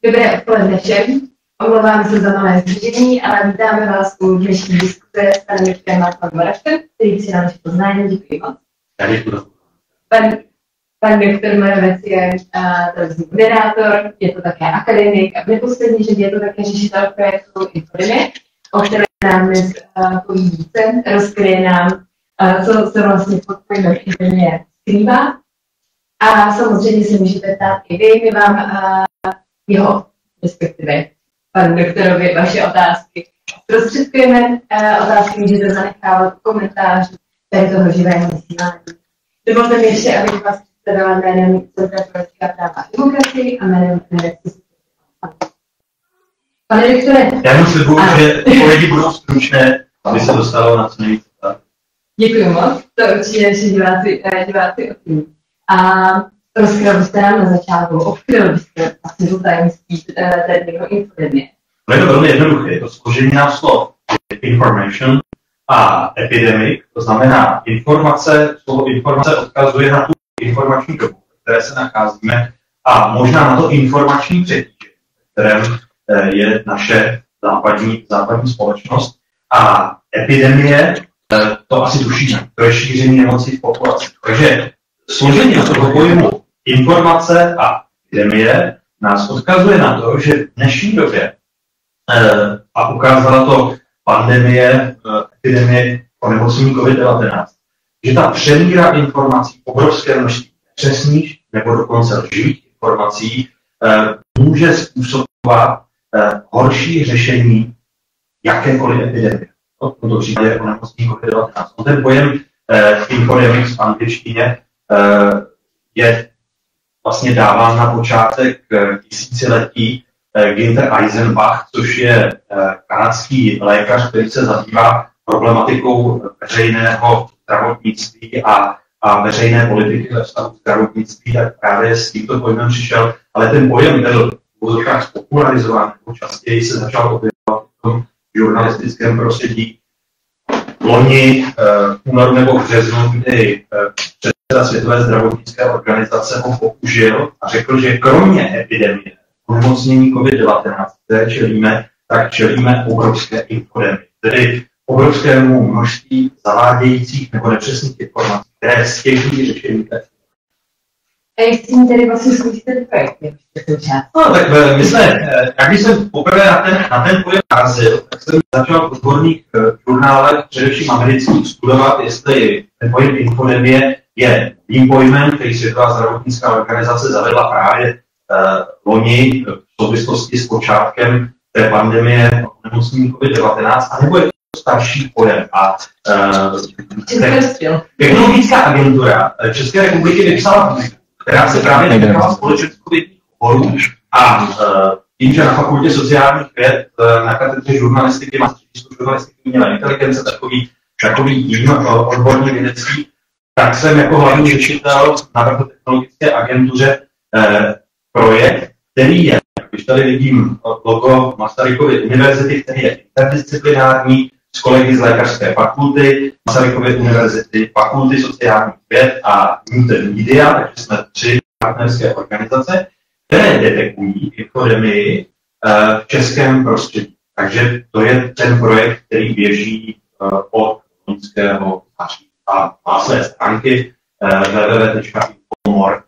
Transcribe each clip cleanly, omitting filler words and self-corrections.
Dobré odpoledne všem. Omlouvám se za malé zdržení, ale vítáme vás u dnešní diskuse s panem Viktorem Moravcem, který si nám poznání. Děkuji moc. Pan Viktor Moravec je televizní moderátor, je to také akademik a v neposlední řadě je to také řešitel projektu Infodemie, o které nám dnes poví více, rozkryje nám, co se vlastně pod pojmem Infodemie skrývá. A samozřejmě se můžete ptát i vy, my vám jeho, respektive panu doktorovi, vaše otázky prostředkujeme. Otázky můžete zanechávat v komentáři tady toho živého vysílání. Dovolte mi ještě, abych vás představila jménem Centra pro lidská práva a demokracii a jménem Pane doktore. Já jenom slibuju, že odpovědi budou stručné, aby se dostalo na co nejvíce. Děkuji moc, to určitě naši diváci ocení. A rozkryl byste nám na začátku, odkryl byste asi to tajemství termínu infodemie. No je to velmi jednoduché, je to složení nás slov information a epidemic, to znamená informace, slovo informace odkazuje na tu informační dobu, v které se nacházíme a možná na to informační přetížení, v kterém je naše západní společnost. A epidemie, to asi tušíme, to je šíření nemocí v populaci. Takže složení toho pojmu informace a epidemie nás odkazuje na to, že v dnešní době, a ukázala to pandemie, epidemie onemocnění COVID-19, že ta přemíra informací, obrovské množství přesných nebo dokonce lživých informací může způsobovat horší řešení jakékoliv epidemie. V tomto případě onemocnění COVID-19. Ten pojem infodemics v angličtině je vlastně dáván na počátek tisíciletí Günther Eisenbach, což je kanadský lékař, který se zabývá problematikou veřejného zdravotnictví a veřejné politiky ve vztahu zdravotnictví, tak právě s tímto pojmem přišel, ale ten pojem byl popularizován, nebo častěji se začal objevovat v tom žurnalistickém prostředí loni v únoru nebo v březnu, kdy předseda Světové zdravotnické organizace ho použil a řekl, že kromě epidemie onemocnění COVID-19, které čelíme, tak čelíme obrovské infodemii, tedy obrovskému množství zavádějících nebo nepřesných informací, které stěžují řešení té. A jak s tím tedy vlastně zkusíte projekt? No, tak my jsme, když jsem poprvé na ten pojem narazil, tak jsem začal v odborných žurnálech, především amerických, studovat, jestli ten pojem infodemie je tím pojmem, který Světová zdravotnická organizace zavedla právě loni v souvislosti s počátkem té pandemie onemocnění COVID-19, anebo je to starší pojem. A technologická agentura České republiky vypsala, která se právě týkala společenskovědních oborů a tím, že na fakultě sociálních věd na katedře žurnalistiky má středisko žurnalistiky umělé inteligence takový tým odborný vědecký, tak jsem jako hlavní řešitel navrhl technologické agentuře projekt, který je, když tady vidím logo Masarykovy univerzity, který je interdisciplinární, s kolegy z lékařské fakulty, Masarykovy univerzity, fakulty sociálních věd a Newton Media, takže jsme 3 partnerské organizace, které detekují infodemii v českém prostředí. Takže to je ten projekt, který běží od loňského září a má své stránky www.infomor.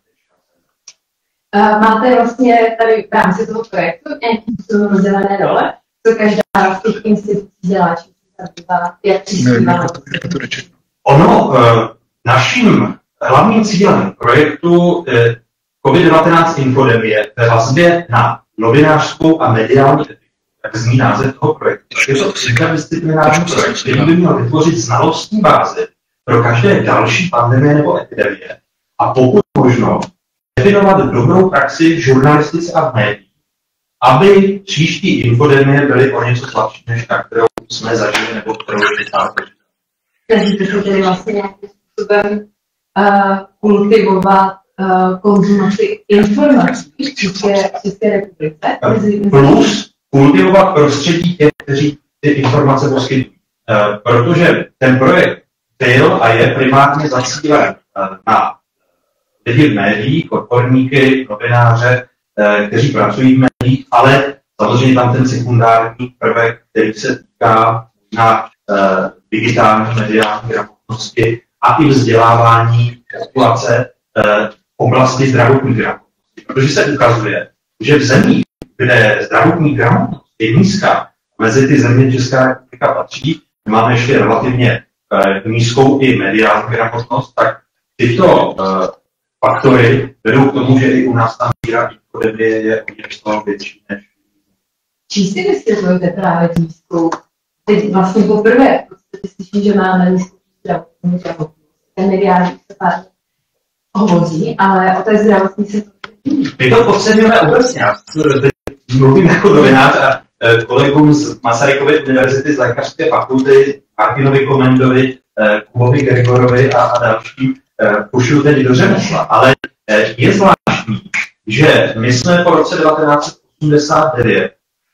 Máte vlastně tady v rámci toho projektu nějakým způsobem rozdělené role, co každá z těch institucí dělá, čím se zabývá, jak přispívá? Ono, naším hlavním cílem projektu COVID-19 infodemie ve vazbě na novinářskou a mediální etiku, tak zní název toho projektu. Je to interdisciplinární projekt, který by měl vytvořit znalostní bázi pro každé další pandemie nebo epidemie a pokud možno definovat dobrou praxi v žurnalistice a v médiích, aby příští infodemie byly o něco slabší než ta, kterou jsme zažili nebo kterou jsme Takže to tedy vlastně nějakým způsobem kultivovat konzumaci informací v České republice. Plus kultivovat prostředí těch, kteří ty informace poskytují. Protože ten projekt byl a je primárně zacílen na lidi v médiích, odborníky, novináře, kteří pracují v médiích, ale samozřejmě tam ten sekundární prvek, který se týká na digitální mediální gramotnosti a i vzdělávání populace v oblasti zdravotní gramotnosti. Protože se ukazuje, že v zemích, kde zdravotní gramotnost je nízká, mezi ty země Česká republika patří, máme ještě relativně nízkou i mediální gramotnost, tak tyto faktory vedou k tomu, že i u nás ta míra infodemie je o něco větší než. Čí si vysvětlujete právě nízkou? Teď vlastně poprvé slyším, že máme nízkou zdravotní gramotnost. Ten mediální se pár hovoří, ale o té zdravotní se to neví. My to podceňujeme obecně. Já mluvím jako novinář a kolegům z Masarykovy univerzity z lékařské fakulty, Martinovi Komendovi, Kubovi Gregorovi a dalším pušuju tedy do řemesla. Ale je zvláštní, že my jsme po roce 1989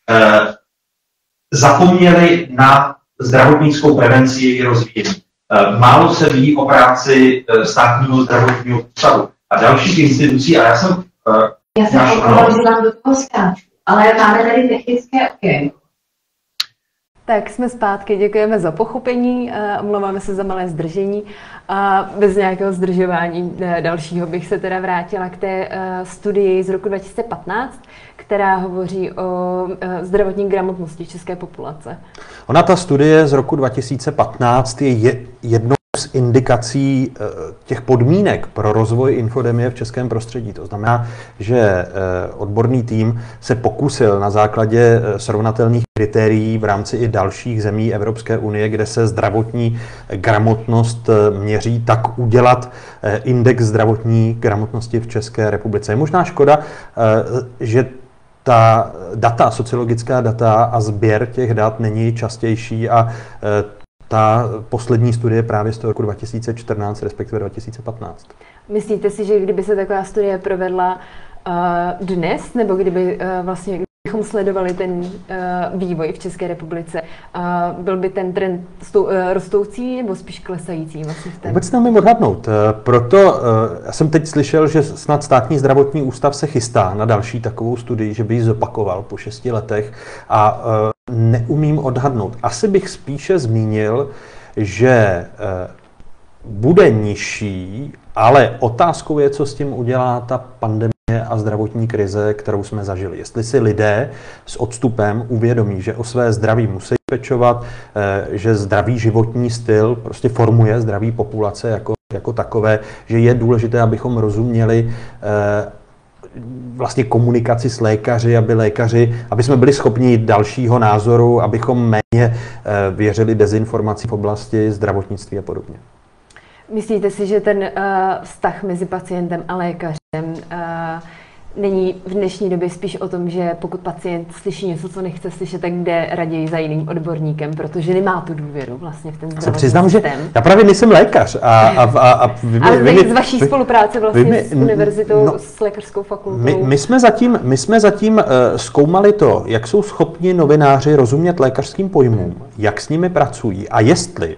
zapomněli na zdravotnickou prevenci její rozvíjení. Málo se ví o práci státního zdravotního ústavu a dalších institucí a já jsem že vám do toho skáču, ale máme tady technické okénko. Tak jsme zpátky, děkujeme za pochopení, omlouváme se za malé zdržení a bez nějakého zdržování dalšího bych se teda vrátila k té studii z roku 2015, která hovoří o zdravotní gramotnosti české populace. Ona, ta studie z roku 2015 je jednou z indikací těch podmínek pro rozvoj infodemie v českém prostředí. To znamená, že odborný tým se pokusil na základě srovnatelných kritérií v rámci i dalších zemí Evropské unie, kde se zdravotní gramotnost měří, tak udělat index zdravotní gramotnosti v České republice. Je možná škoda, že ta data, sociologická data a sběr těch dat není častější a ta poslední studie právě z toho roku 2014, respektive 2015. Myslíte si, že kdyby se taková studie provedla dnes, nebo kdyby vlastně kdybychom sledovali ten vývoj v České republice, byl by ten trend rostoucí nebo spíš klesající? Vlastně Vůbec nemůžu odhadnout. Proto já jsem teď slyšel, že snad Státní zdravotní ústav se chystá na další takovou studii, že by ji zopakoval po 6 letech a neumím odhadnout. Asi bych spíše zmínil, že bude nižší, ale otázkou je, co s tím udělá ta pandemie a zdravotní krize, kterou jsme zažili. Jestli si lidé s odstupem uvědomí, že o své zdraví musí pečovat, že zdravý životní styl prostě formuje zdraví populace jako takové, že je důležité, abychom rozuměli vlastně komunikaci s lékaři, aby jsme byli schopni dalšího názoru, abychom méně věřili dezinformací v oblasti zdravotnictví a podobně. Myslíte si, že ten vztah mezi pacientem a lékařem není v dnešní době spíš o tom, že pokud pacient slyší něco, co nechce slyšet, tak jde raději za jiným odborníkem, protože nemá tu důvěru vlastně v ten zdravotní přiznám, systém? Že já právě nejsem lékař. Ale z vaší spolupráce vlastně s univerzitou, s lékařskou fakultou. My jsme zatím zkoumali to, jak jsou schopni novináři rozumět lékařským pojmům, jak s nimi pracují a jestli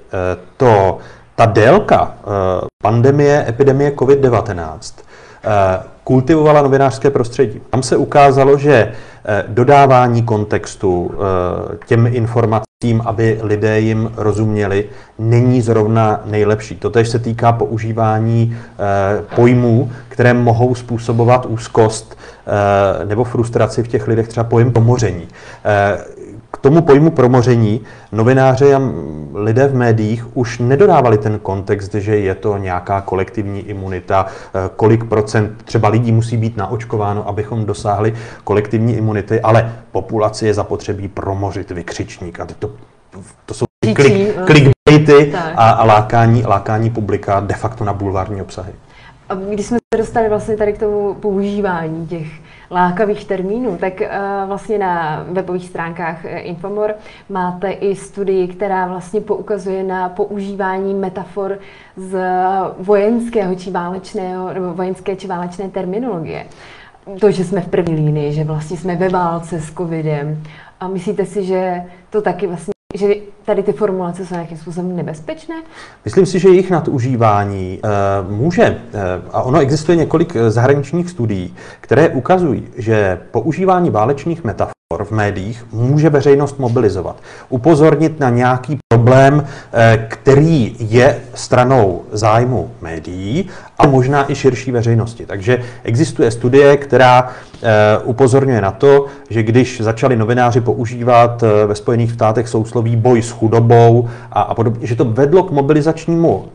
ta délka pandemie, epidemie COVID-19 kultivovala novinářské prostředí. Tam se ukázalo, že dodávání kontextu těm informacím, aby lidé jim rozuměli, není zrovna nejlepší. Totéž se týká používání pojmů, které mohou způsobovat úzkost nebo frustraci v těch lidech, třeba pojem promoření. K tomu pojmu promoření novináři a lidé v médiích už nedodávali ten kontext, že je to nějaká kolektivní imunita, kolik procent třeba lidí musí být naočkováno, abychom dosáhli kolektivní imunity, ale populaci je zapotřebí promořit, vykřičník. A to jsou clickbaity a lákání publika de facto na bulvární obsahy. A když jsme se dostali vlastně tady k tomu používání těch lákavých termínů, tak vlastně na webových stránkách Infomor máte i studii, která vlastně poukazuje na používání metafor z vojenského či válečného, nebo vojenské či válečné terminologie. To, že jsme v první línii, že vlastně jsme ve válce s covidem. A myslíte si, že to taky vlastně že tady ty formulace jsou nějakým způsobem nebezpečné? Myslím si, že jejich nadužívání může, a ono existuje několik zahraničních studií, které ukazují, že používání válečných metafor v médiích může veřejnost mobilizovat, upozornit na nějaký problém, který je stranou zájmu médií a možná i širší veřejnosti. Takže existuje studie, která upozorňuje na to, že když začali novináři používat ve Spojených státech sousloví boj s chudobou a podobně, že to vedlo k mobilizačnímu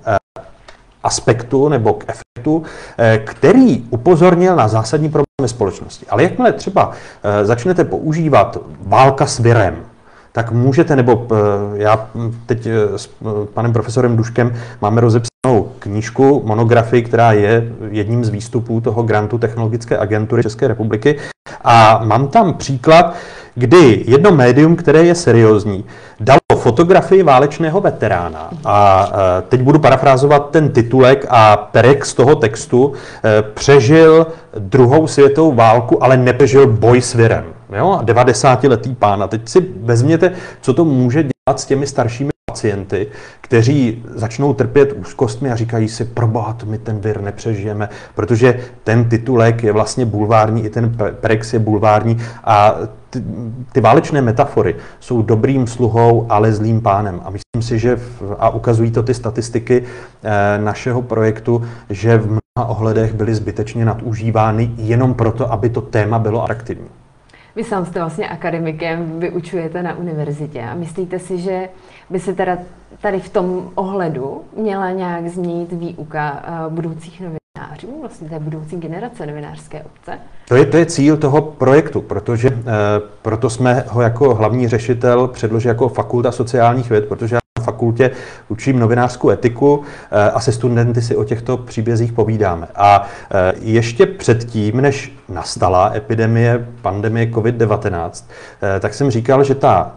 aspektu nebo k efektu, který upozornil na zásadní problémy společnosti. Ale jakmile třeba začnete používat válka s virem, tak můžete, nebo já teď s panem profesorem Duškem máme rozepsanou knížku, monografii, která je jedním z výstupů toho grantu Technologické agentury České republiky. A mám tam příklad, kdy jedno médium, které je seriózní, dalo fotografii válečného veterána. A teď budu parafrázovat ten titulek a perek z toho textu. Přežil druhou světovou válku, ale nepřežil boj s virem. Jo? 90letý pán. A teď si vezměte, co to může dělat s těmi staršími pacienty, kteří začnou trpět úzkostmi a říkají si, proboha, my ten vir nepřežijeme, protože ten titulek je vlastně bulvární, i ten prex je bulvární a ty válečné metafory jsou dobrým sluhou, ale zlým pánem. A myslím si, že, a ukazují to ty statistiky našeho projektu, že v mnoha ohledech byly zbytečně nadužívány jenom proto, aby to téma bylo atraktivní. Vy sám jste vlastně akademikem, vyučujete na univerzitě a myslíte si, že by se teda tady v tom ohledu měla nějak změnit výuka budoucích novinářů, vlastně té budoucí generace novinářské obce? To je cíl toho projektu, protože proto jsme ho jako hlavní řešitel předložili jako Fakulta sociálních věd, protože já na fakultě učím novinářskou etiku a se studenty si o těchto příbězích povídáme. A ještě předtím, než nastala pandemie COVID-19, tak jsem říkal, že ta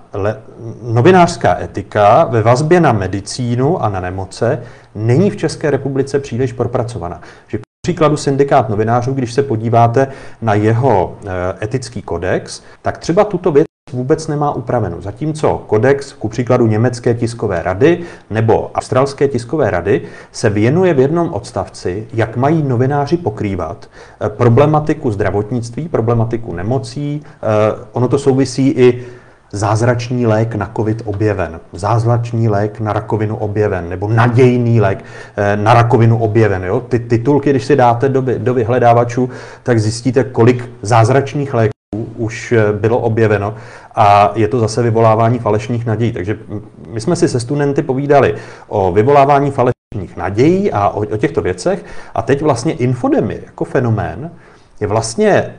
novinářská etika ve vazbě na medicínu a na nemoce není v České republice příliš propracovaná. Že příkladu syndikát novinářů, když se podíváte na jeho etický kodex, tak třeba tuto věc vůbec nemá upravenou. Zatímco kodex, ku příkladu Německé tiskové rady nebo Australské tiskové rady, se věnuje v jednom odstavci, jak mají novináři pokrývat problematiku zdravotnictví, problematiku nemocí. Ono to souvisí i zázračný lék na COVID objeven, zázračný lék na rakovinu objeven, nebo nadějný lék na rakovinu objeven. Jo? Ty titulky, když si dáte do vyhledávačů, tak zjistíte, kolik zázračných léků už bylo objeveno a je to zase vyvolávání falešných nadějí. Takže my jsme si se studenty povídali o vyvolávání falešných nadějí a o těchto věcech a teď vlastně infodemie jako fenomén je vlastně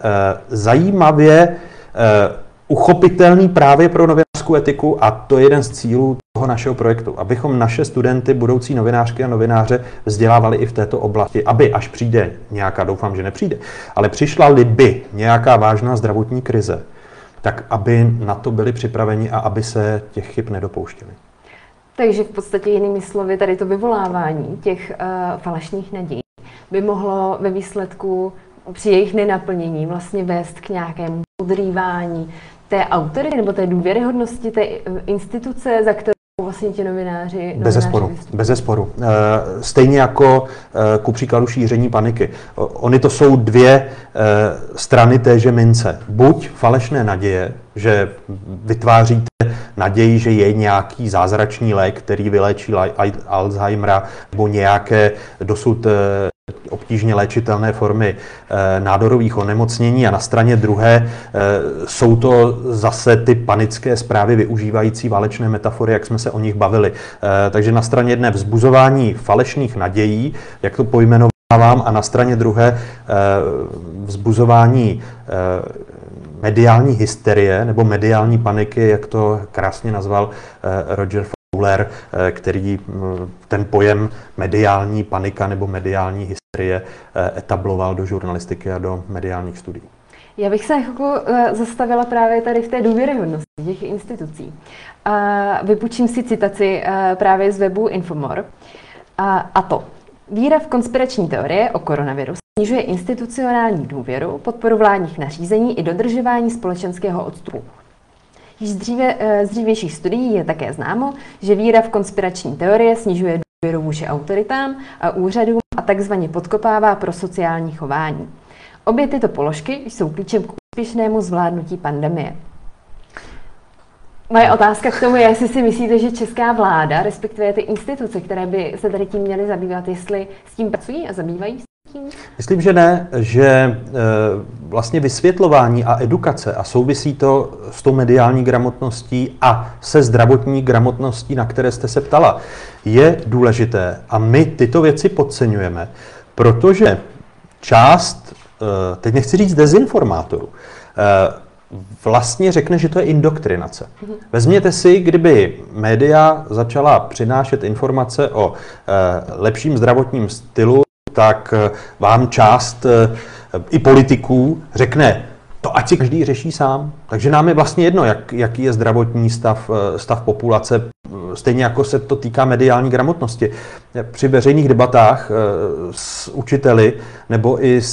zajímavě uchopitelný právě pro novinářskou etiku a to je jeden z cílů toho našeho projektu, abychom naše studenty, budoucí novinářky a novináře vzdělávali i v této oblasti, aby až přijde nějaká, doufám, že nepřijde, ale přišla-li by nějaká vážná zdravotní krize, tak aby na to byli připraveni a aby se těch chyb nedopouštěli. Takže v podstatě jinými slovy, tady to vyvolávání těch falešných nadějí by mohlo ve výsledku při jejich nenaplnění vlastně vést k nějakému odrývání té autority nebo té důvěryhodnosti té instituce, za kterou vlastně ti novináři Bez zesporu. Stejně jako ku příkladu šíření paniky. Ony to jsou dvě strany téže mince. Buď falešné naděje, že vytváříte naději, že je nějaký zázračný lék, který vyléčí Alzheimera, nebo nějaké dosud obtížně léčitelné formy nádorových onemocnění a na straně druhé jsou to zase ty panické zprávy využívající válečné metafory, jak jsme se o nich bavili. Takže na straně jedné vzbuzování falešných nadějí, jak to pojmenovávám, a na straně druhé vzbuzování mediální hysterie nebo mediální paniky, jak to krásně nazval Roger Fowler, který ten pojem mediální panika nebo mediální hysterie etabloval do žurnalistiky a do mediálních studií. Já bych se jako zastavila právě tady v té důvěryhodnosti těch institucí. Vypůjčím si citaci právě z webu Infomor. A to. Víra v konspirační teorie o koronaviru snižuje institucionální důvěru, podporu vládních nařízení i dodržování společenského odstupu. Již z dřívějších studií je také známo, že víra v konspirační teorie snižuje důvěru vůči autoritám a úřadům a takzvaně podkopává pro sociální chování. Obě tyto položky jsou klíčem k úspěšnému zvládnutí pandemie. Moje otázka k tomu je, jestli si myslíte, že česká vláda, respektive ty instituce, které by se tady tím měly zabývat, jestli s tím pracují a zabývají se tím? Myslím, že ne, že vlastně vysvětlování a edukace a souvisí to s tou mediální gramotností a se zdravotní gramotností, na které jste se ptala, je důležité. A my tyto věci podceňujeme, protože část, teď nechci říct dezinformátorů, vlastně řekne, že to je indoktrinace. Vezměte si, kdyby média začala přinášet informace o lepším zdravotním stylu, tak vám část i politiků řekne, to ať si každý řeší sám. Takže nám je vlastně jedno, jaký je zdravotní stav populace, stejně jako se to týká mediální gramotnosti. Při veřejných debatách s učiteli nebo i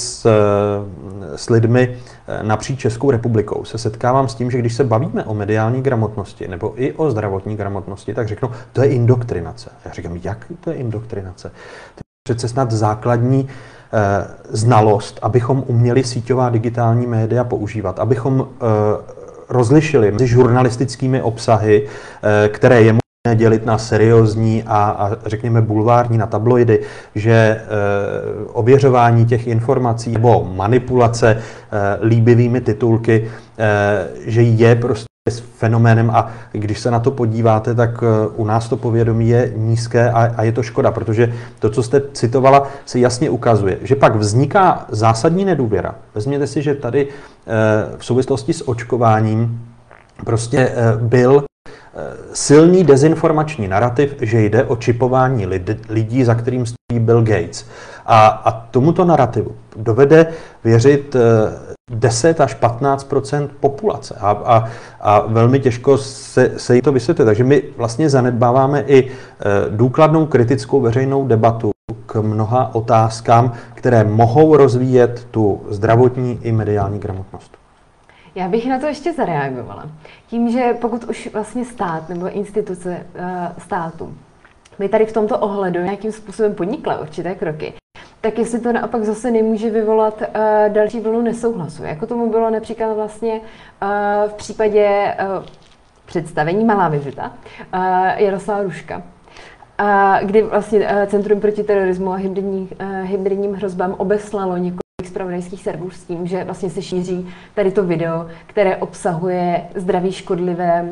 s lidmi napříč Českou republikou se setkávám s tím, že když se bavíme o mediální gramotnosti nebo i o zdravotní gramotnosti, tak řeknou, to je indoktrinace. Já říkám, jak to je indoktrinace? To je přece snad základní znalost, abychom uměli síťová digitální média používat, abychom rozlišili mezi žurnalistickými obsahy, které je možné dělit na seriózní a řekněme bulvární, na tabloidy, že ověřování těch informací nebo manipulace líbivými titulky, že je prostě s fenoménem a když se na to podíváte, tak u nás to povědomí je nízké a je to škoda, protože to, co jste citovala, se jasně ukazuje, že pak vzniká zásadní nedůvěra. Vezměte si, že tady v souvislosti s očkováním prostě byl silný dezinformační narrativ, že jde o čipování lidí, za kterým stojí Bill Gates. A tomuto narrativu dovede věřit 10 až 15% populace. A velmi těžko se jí to vysvětlí. Takže my vlastně zanedbáváme i důkladnou kritickou veřejnou debatu k mnoha otázkám, které mohou rozvíjet tu zdravotní i mediální gramotnost. Já bych na to ještě zareagovala. Tím, že pokud už vlastně stát nebo instituce státu by tady v tomto ohledu nějakým způsobem podnikla určité kroky, tak jestli to naopak zase nemůže vyvolat další vlnu nesouhlasu. Jako tomu bylo například vlastně v případě představení Malá vizita Jaroslava Ruška, kdy vlastně Centrum proti terorismu a hybridním hrozbám obeslalo několik zpravodajských serverů s tím, že vlastně se šíří tady to video, které obsahuje zdraví škodlivé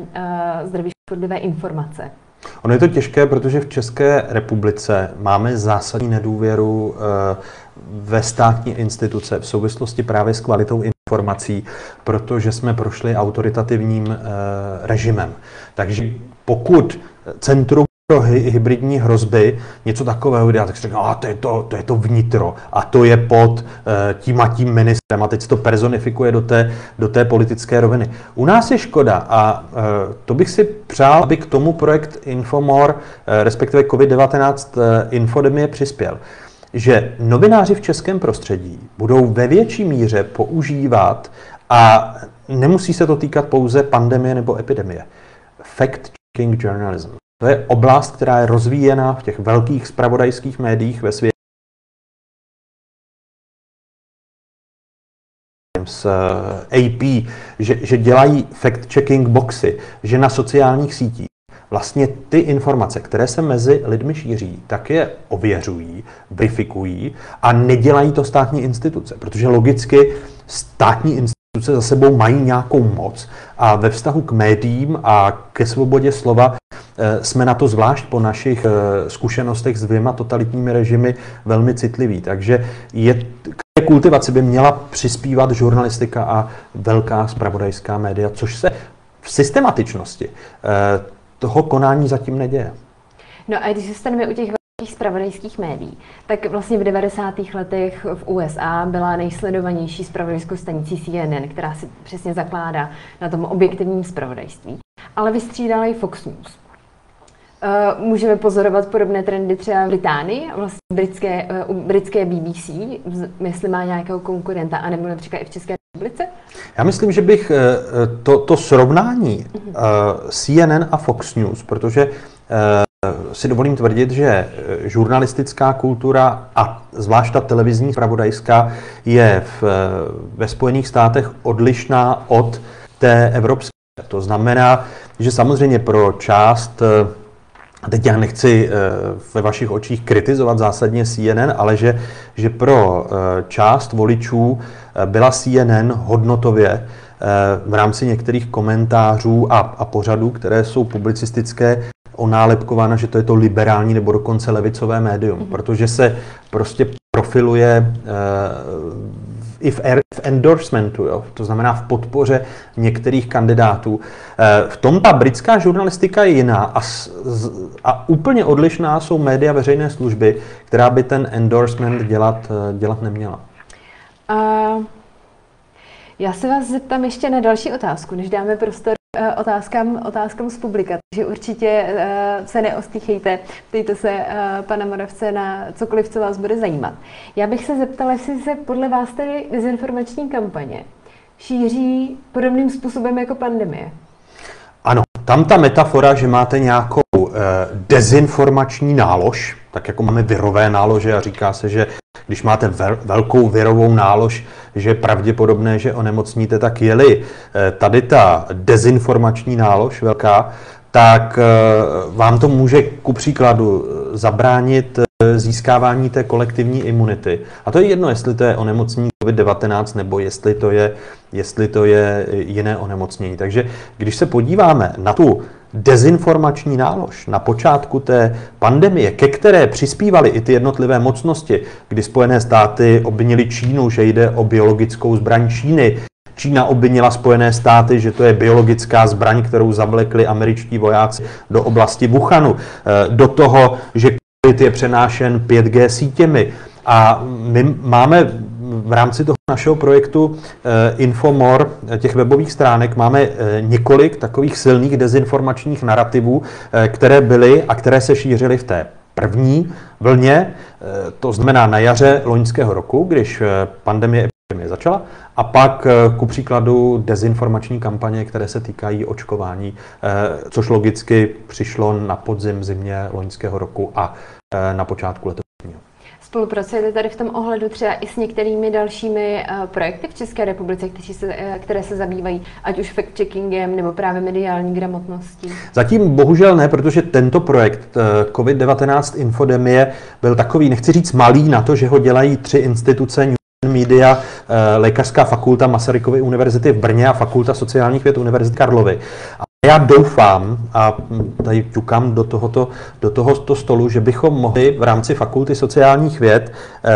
informace. Ono je to těžké, protože v České republice máme zásadní nedůvěru ve státní instituce v souvislosti právě s kvalitou informací, protože jsme prošli autoritativním režimem. Takže pokud Centrum pro hybridní hrozby něco takového udělá, tak se říká, to je to vnitro a to je pod tím a tím ministrem a teď se to personifikuje do té politické roviny. U nás je škoda a to bych si přál, aby k tomu projekt Infomor, respektive COVID-19 Infodemie přispěl, že novináři v českém prostředí budou ve větší míře používat a nemusí se to týkat pouze pandemie nebo epidemie. Fact-checking journalism. To je oblast, která je rozvíjena v těch velkých zpravodajských médiích ve světě. S AP, že dělají fact-checking boxy, že na sociálních sítích vlastně ty informace, které se mezi lidmi šíří, tak je ověřují, verifikují a nedělají to státní instituce, protože logicky státní instituce za sebou mají nějakou moc a ve vztahu k médiím a ke svobodě slova jsme na to zvlášť po našich zkušenostech s 2 totalitními režimy velmi citliví. Takže k té kultivaci by měla přispívat žurnalistika a velká zpravodajská média, což se v systematičnosti toho konání zatím neděje. No a když zůstaneme u těch velkých zpravodajských médií, tak vlastně v 90. letech v USA byla nejsledovanější zpravodajskou stanicí CNN, která si přesně zakládá na tom objektivním zpravodajství. Ale vystřídala i Fox News. Můžeme pozorovat podobné trendy třeba v Británii, vlastně britské BBC, jestli má nějakého konkurenta, anebo například i v České republice? Já myslím, že bych to srovnání CNN a Fox News, protože si dovolím tvrdit, že žurnalistická kultura a zvlášť ta televizní zpravodajská je ve Spojených státech odlišná od té evropské. To znamená, že samozřejmě pro část, teď já nechci ve vašich očích kritizovat zásadně CNN, ale že pro část voličů byla CNN hodnotově v rámci některých komentářů a pořadů, které jsou publicistické, onálepkována, že to je to liberální nebo dokonce levicové médium, protože se prostě profiluje i v endorsementu, jo? To znamená v podpoře některých kandidátů. V tom ta britská žurnalistika je jiná a úplně odlišná jsou média veřejné služby, která by ten endorsement dělat neměla. Já se vás zeptám ještě na další otázku, než dáme prostor otázkám z publika, takže určitě se neostýchejte, ptejte se pana Moravce na cokoliv, co vás bude zajímat. Já bych se zeptala, jestli se podle vás tedy dezinformační kampaně šíří podobným způsobem jako pandemie. Ano, tam ta metafora, že máte nějakou dezinformační nálož, tak jako máme virové nálože a říká se, že když máte velkou virovou nálož, že je pravděpodobné, že onemocníte, tak je-li tady ta dezinformační nálož velká, tak vám to může ku příkladu zabránit získávání té kolektivní imunity. A to je jedno, jestli to je onemocnění COVID-19 nebo jestli to je jiné onemocnění. Takže když se podíváme na tu dezinformační nálož na počátku té pandemie, ke které přispívaly i ty jednotlivé mocnosti, kdy Spojené státy obvinili Čínu, že jde o biologickou zbraň Číny. Čína obvinila Spojené státy, že to je biologická zbraň, kterou zavlekli američtí vojáci do oblasti Wuhanu. Do toho, že COVID je přenášen 5G sítěmi. A my máme v rámci toho našeho projektu Infomor, těch webových stránek, máme několik takových silných dezinformačních narrativů, které byly a které se šířily v té první vlně, to znamená na jaře loňského roku, když pandemie začala, a pak ku příkladu dezinformační kampaně, které se týkají očkování, což logicky přišlo na podzim, zimě loňského roku a na počátku letošního. Spolupracujete tady v tom ohledu třeba i s některými dalšími projekty v České republice, které se zabývají ať už fact-checkingem nebo právě mediální gramotností? Zatím bohužel ne, protože tento projekt COVID-19 Infodemie byl takový, nechci říct malý, na to, že ho dělají 3 instituce, Media, Lékařská fakulta Masarykovy univerzity v Brně a Fakulta sociálních věd Univerzity Karlovy. A já doufám, a tady ťukám do tohoto stolu, že bychom mohli v rámci Fakulty sociálních věd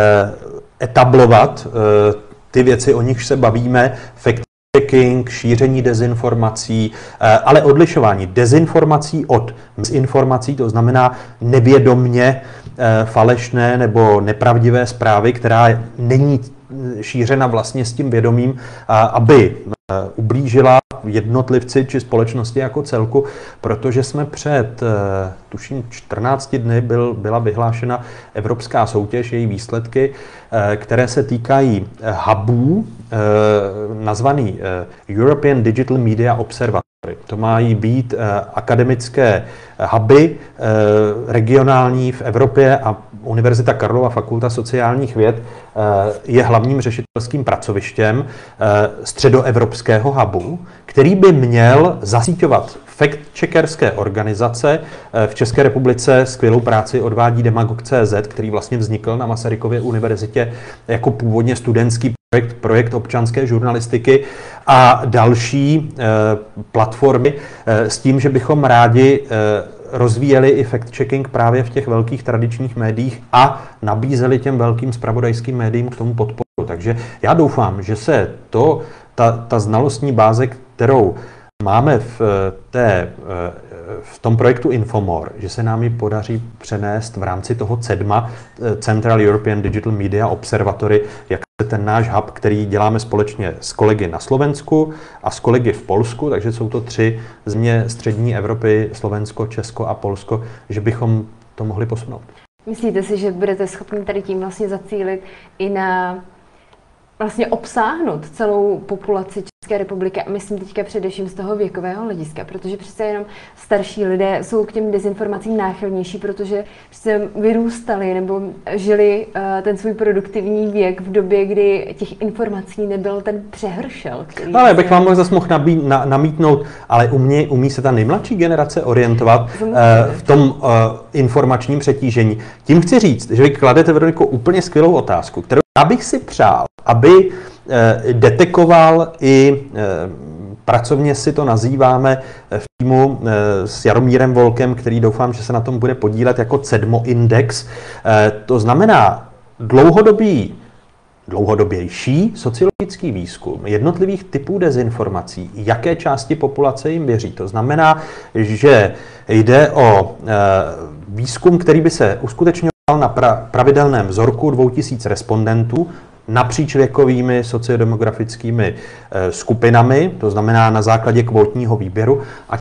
etablovat ty věci, o nichž se bavíme, fact-checking, šíření dezinformací, ale odlišování dezinformací od misinformací, to znamená nevědomně falešné nebo nepravdivé zprávy, která není šířena vlastně s tím vědomím, aby ublížila jednotlivci či společnosti jako celku, protože jsme před, tuším, 14 dny byla vyhlášena evropská soutěž, její výsledky, které se týkají hubů, nazvaný European Digital Media Observatory. To mají být akademické huby regionální v Evropě a Univerzita Karlova Fakulta sociálních věd je hlavním řešitelským pracovištěm středoevropského hubu, který by měl zasíťovat fact-checkerské organizace. V České republice skvělou práci odvádí Demagog.cz, který vlastně vznikl na Masarykově univerzitě jako původně studentský projekt občanské žurnalistiky a další platformy s tím, že bychom rádi rozvíjeli i fact-checking právě v těch velkých tradičních médiích a nabízeli těm velkým zpravodajským médiím k tomu podporu. Takže já doufám, že se ta znalostní báze, kterou máme v tom projektu Infomor, že se nám ji podaří přenést v rámci toho CEDMA, Central European Digital Media Observatory, jak se ten náš hub, který děláme společně s kolegy na Slovensku a s kolegy v Polsku, takže jsou to 3 země střední Evropy, Slovensko, Česko a Polsko, že bychom to mohli posunout. Myslíte si, že budete schopni tady tím vlastně zacílit i na vlastně obsáhnout celou populaci České republiky a myslím teďka především z toho věkového hlediska, protože přece jenom starší lidé jsou k těm dezinformacím náchylnější, protože přece vyrůstali nebo žili ten svůj produktivní věk v době, kdy těch informací nebyl ten přehršel. Ale bych vám zase mohl namítnout, ale umí se ta nejmladší generace orientovat v tom informačním přetížení. Tím chci říct, že vy kladete, Veroniko, úplně skvělou otázku, kterou já bych si přál, aby detekoval i pracovně si to nazýváme v týmu s Jaromírem Volkem, který doufám, že se na tom bude podílet jako CEDMO index. To znamená dlouhodobější sociologický výzkum jednotlivých typů dezinformací, jaké části populace jim věří. To znamená, že jde o výzkum, který by se uskutečňoval na pravidelném vzorku 2000 respondentů napříč věkovými sociodemografickými skupinami, to znamená na základě kvótního výběru,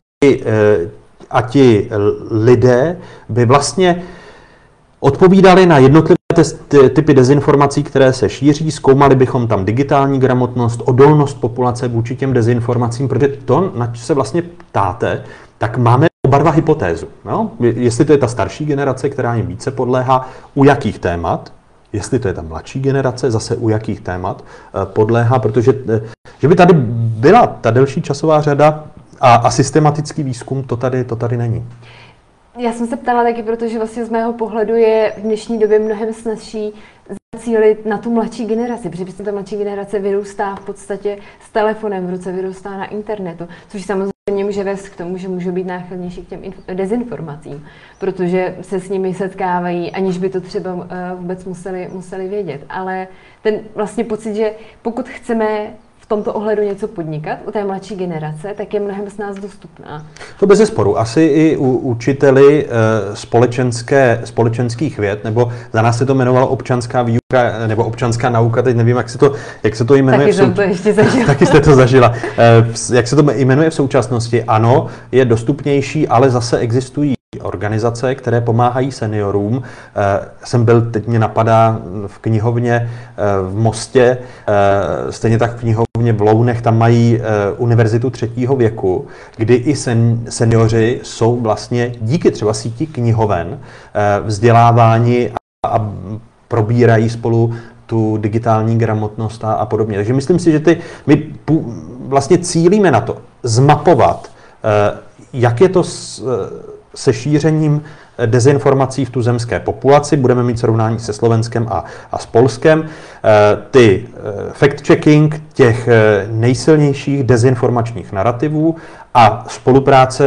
a ti lidé by vlastně odpovídali na jednotlivé typy dezinformací, které se šíří, zkoumali bychom tam digitální gramotnost, odolnost populace vůči těm dezinformacím, protože to, na co se vlastně ptáte, tak máme oba dva hypotézu. No? Jestli to je ta starší generace, která jim více podléhá, u jakých témat, jestli to je ta mladší generace, zase u jakých témat podléhá, protože že by tady byla ta delší časová řada a systematický výzkum, to tady není. Já jsem se ptala taky, protože vlastně z mého pohledu je v dnešní době mnohem snazší zacílit na tu mladší generaci, protože ta mladší generace vyrůstá v podstatě s telefonem v ruce, vyrůstá na internetu, což samozřejmě může vést k tomu, že můžou být náchylnější k těm dezinformacím, protože se s nimi setkávají, aniž by to třeba vůbec museli vědět. Ale ten vlastně pocit, že pokud chceme v tomto ohledu něco podnikat u té mladší generace, tak je mnohem z nás dostupná. To bezesporu. Asi i u učiteli společenských věd, nebo za nás se to jmenovalo občanská výuka, nebo občanská nauka, teď nevím, jak se to jmenuje. Taky jsem to ještě zažila. Taky jste to zažila. Jak se to jmenuje v současnosti? Ano, je dostupnější, ale zase existují organizace, které pomáhají seniorům. Teď mě napadá v knihovně v Mostě, stejně tak v knihovně v Lounech, tam mají univerzitu 3. věku, kdy i seniori jsou vlastně díky třeba síti knihoven vzdělávání a probírají spolu tu digitální gramotnost a podobně. Takže myslím si, že my vlastně cílíme na to zmapovat, jak je to se šířením dezinformací v tuzemské populaci. Budeme mít srovnání se Slovenskem a s Polskem. Ty fact-checking těch nejsilnějších dezinformačních narrativů a spolupráce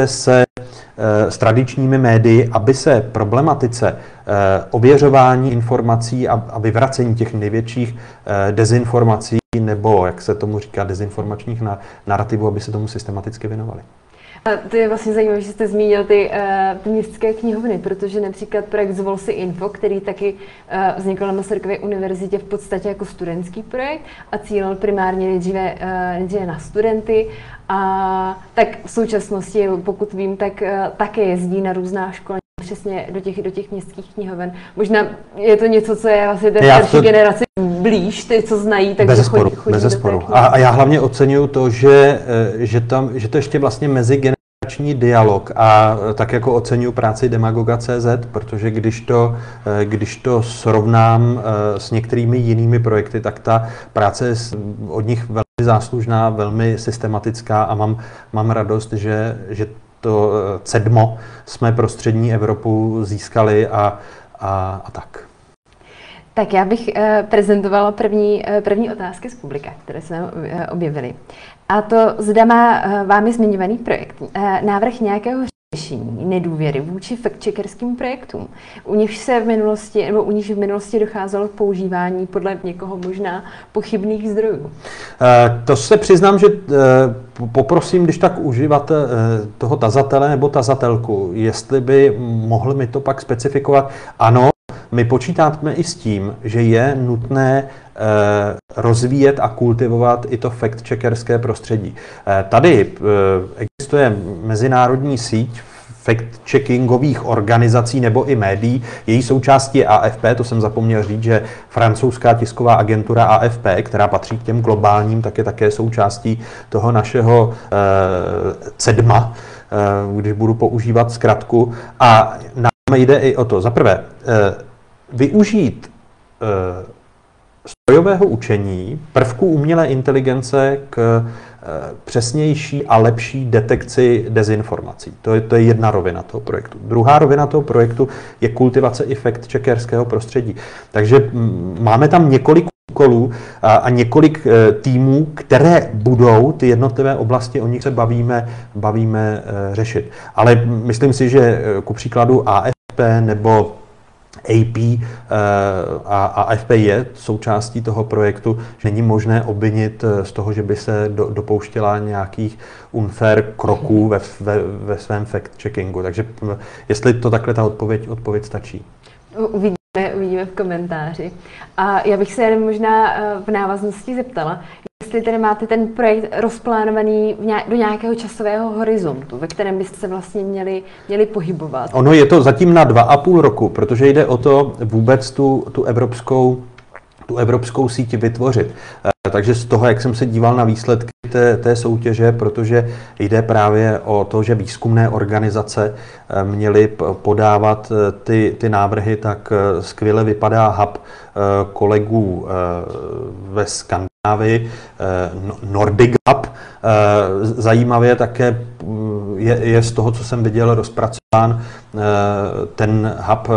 s tradičními médii, aby se problematice ověřování informací a vyvracení těch největší dezinformací, nebo jak se tomu říká, dezinformačních narrativů, aby se tomu systematicky věnovali. To je vlastně zajímavé, že jste zmínil ty městské knihovny, protože například projekt Zvol si info, který taky vznikl na Masarykově univerzitě v podstatě jako studentský projekt a cílil primárně nejdříve na studenty. A tak v současnosti, pokud vím, tak také jezdí na různá školení přesně do těch městských knihoven. Možná je to něco, co je vlastně té starší generaci blíž, ty, co znají, takže chodí do té knihovny. A já hlavně oceňuju to, že to ještě vlastně mezigenerační dialog a tak jako oceňuju práci Demagoga.cz, protože když to srovnám s některými jinými projekty, tak ta práce je od nich velmi záslužná, velmi systematická a mám radost, že to CEDMO jsme pro střední Evropu získali a tak. Tak já bych prezentovala první otázky z publika, které se objevily. A to zda má vámi zmiňovaný projekt návrh nějakého řešení nedůvěry vůči fact-checkerským projektům, u nichž v minulosti docházelo k používání podle někoho možná pochybných zdrojů. To se přiznám, že poprosím, když tak uživatel toho tazatele nebo tazatelku, jestli by mohli mi to pak specifikovat. Ano, my počítáme i s tím, že je nutné rozvíjet a kultivovat i to fact-checkerské prostředí. Tady existuje mezinárodní síť fact-checkingových organizací nebo i médií. Její součástí je AFP, to jsem zapomněl říct, že francouzská tisková agentura AFP, která patří k těm globálním, tak je také součástí toho našeho CEDMA, když budu používat zkratku. A nám jde i o to, za prvé, využít strojového učení, prvků umělé inteligence k přesnější a lepší detekci dezinformací. To je jedna rovina toho projektu. Druhá rovina toho projektu je kultivace i fact-checkerského prostředí. Takže máme tam několik úkolů a několik týmů, které budou ty jednotlivé oblasti, o nich se bavíme řešit. Ale myslím si, že ku příkladu AFP nebo AP a AFP je součástí toho projektu, že není možné obvinit z toho, že by se dopouštěla nějakých unfair kroků ve svém fact-checkingu. Takže jestli to takhle ta odpověď stačí. Uvidíme v komentáři. A já bych se jen možná v návaznosti zeptala, jestli tedy máte ten projekt rozplánovaný do nějakého časového horizontu, ve kterém byste se vlastně měli pohybovat. Ono je to zatím na 2,5 roku, protože jde o to vůbec tu evropskou síť vytvořit. Takže z toho, jak jsem se díval na výsledky té soutěže, protože jde právě o to, že výzkumné organizace měly podávat ty návrhy, tak skvěle vypadá hub kolegů ve Skandinávii, Nordic Hub. Zajímavě také je z toho, co jsem viděl, rozpracován ten hub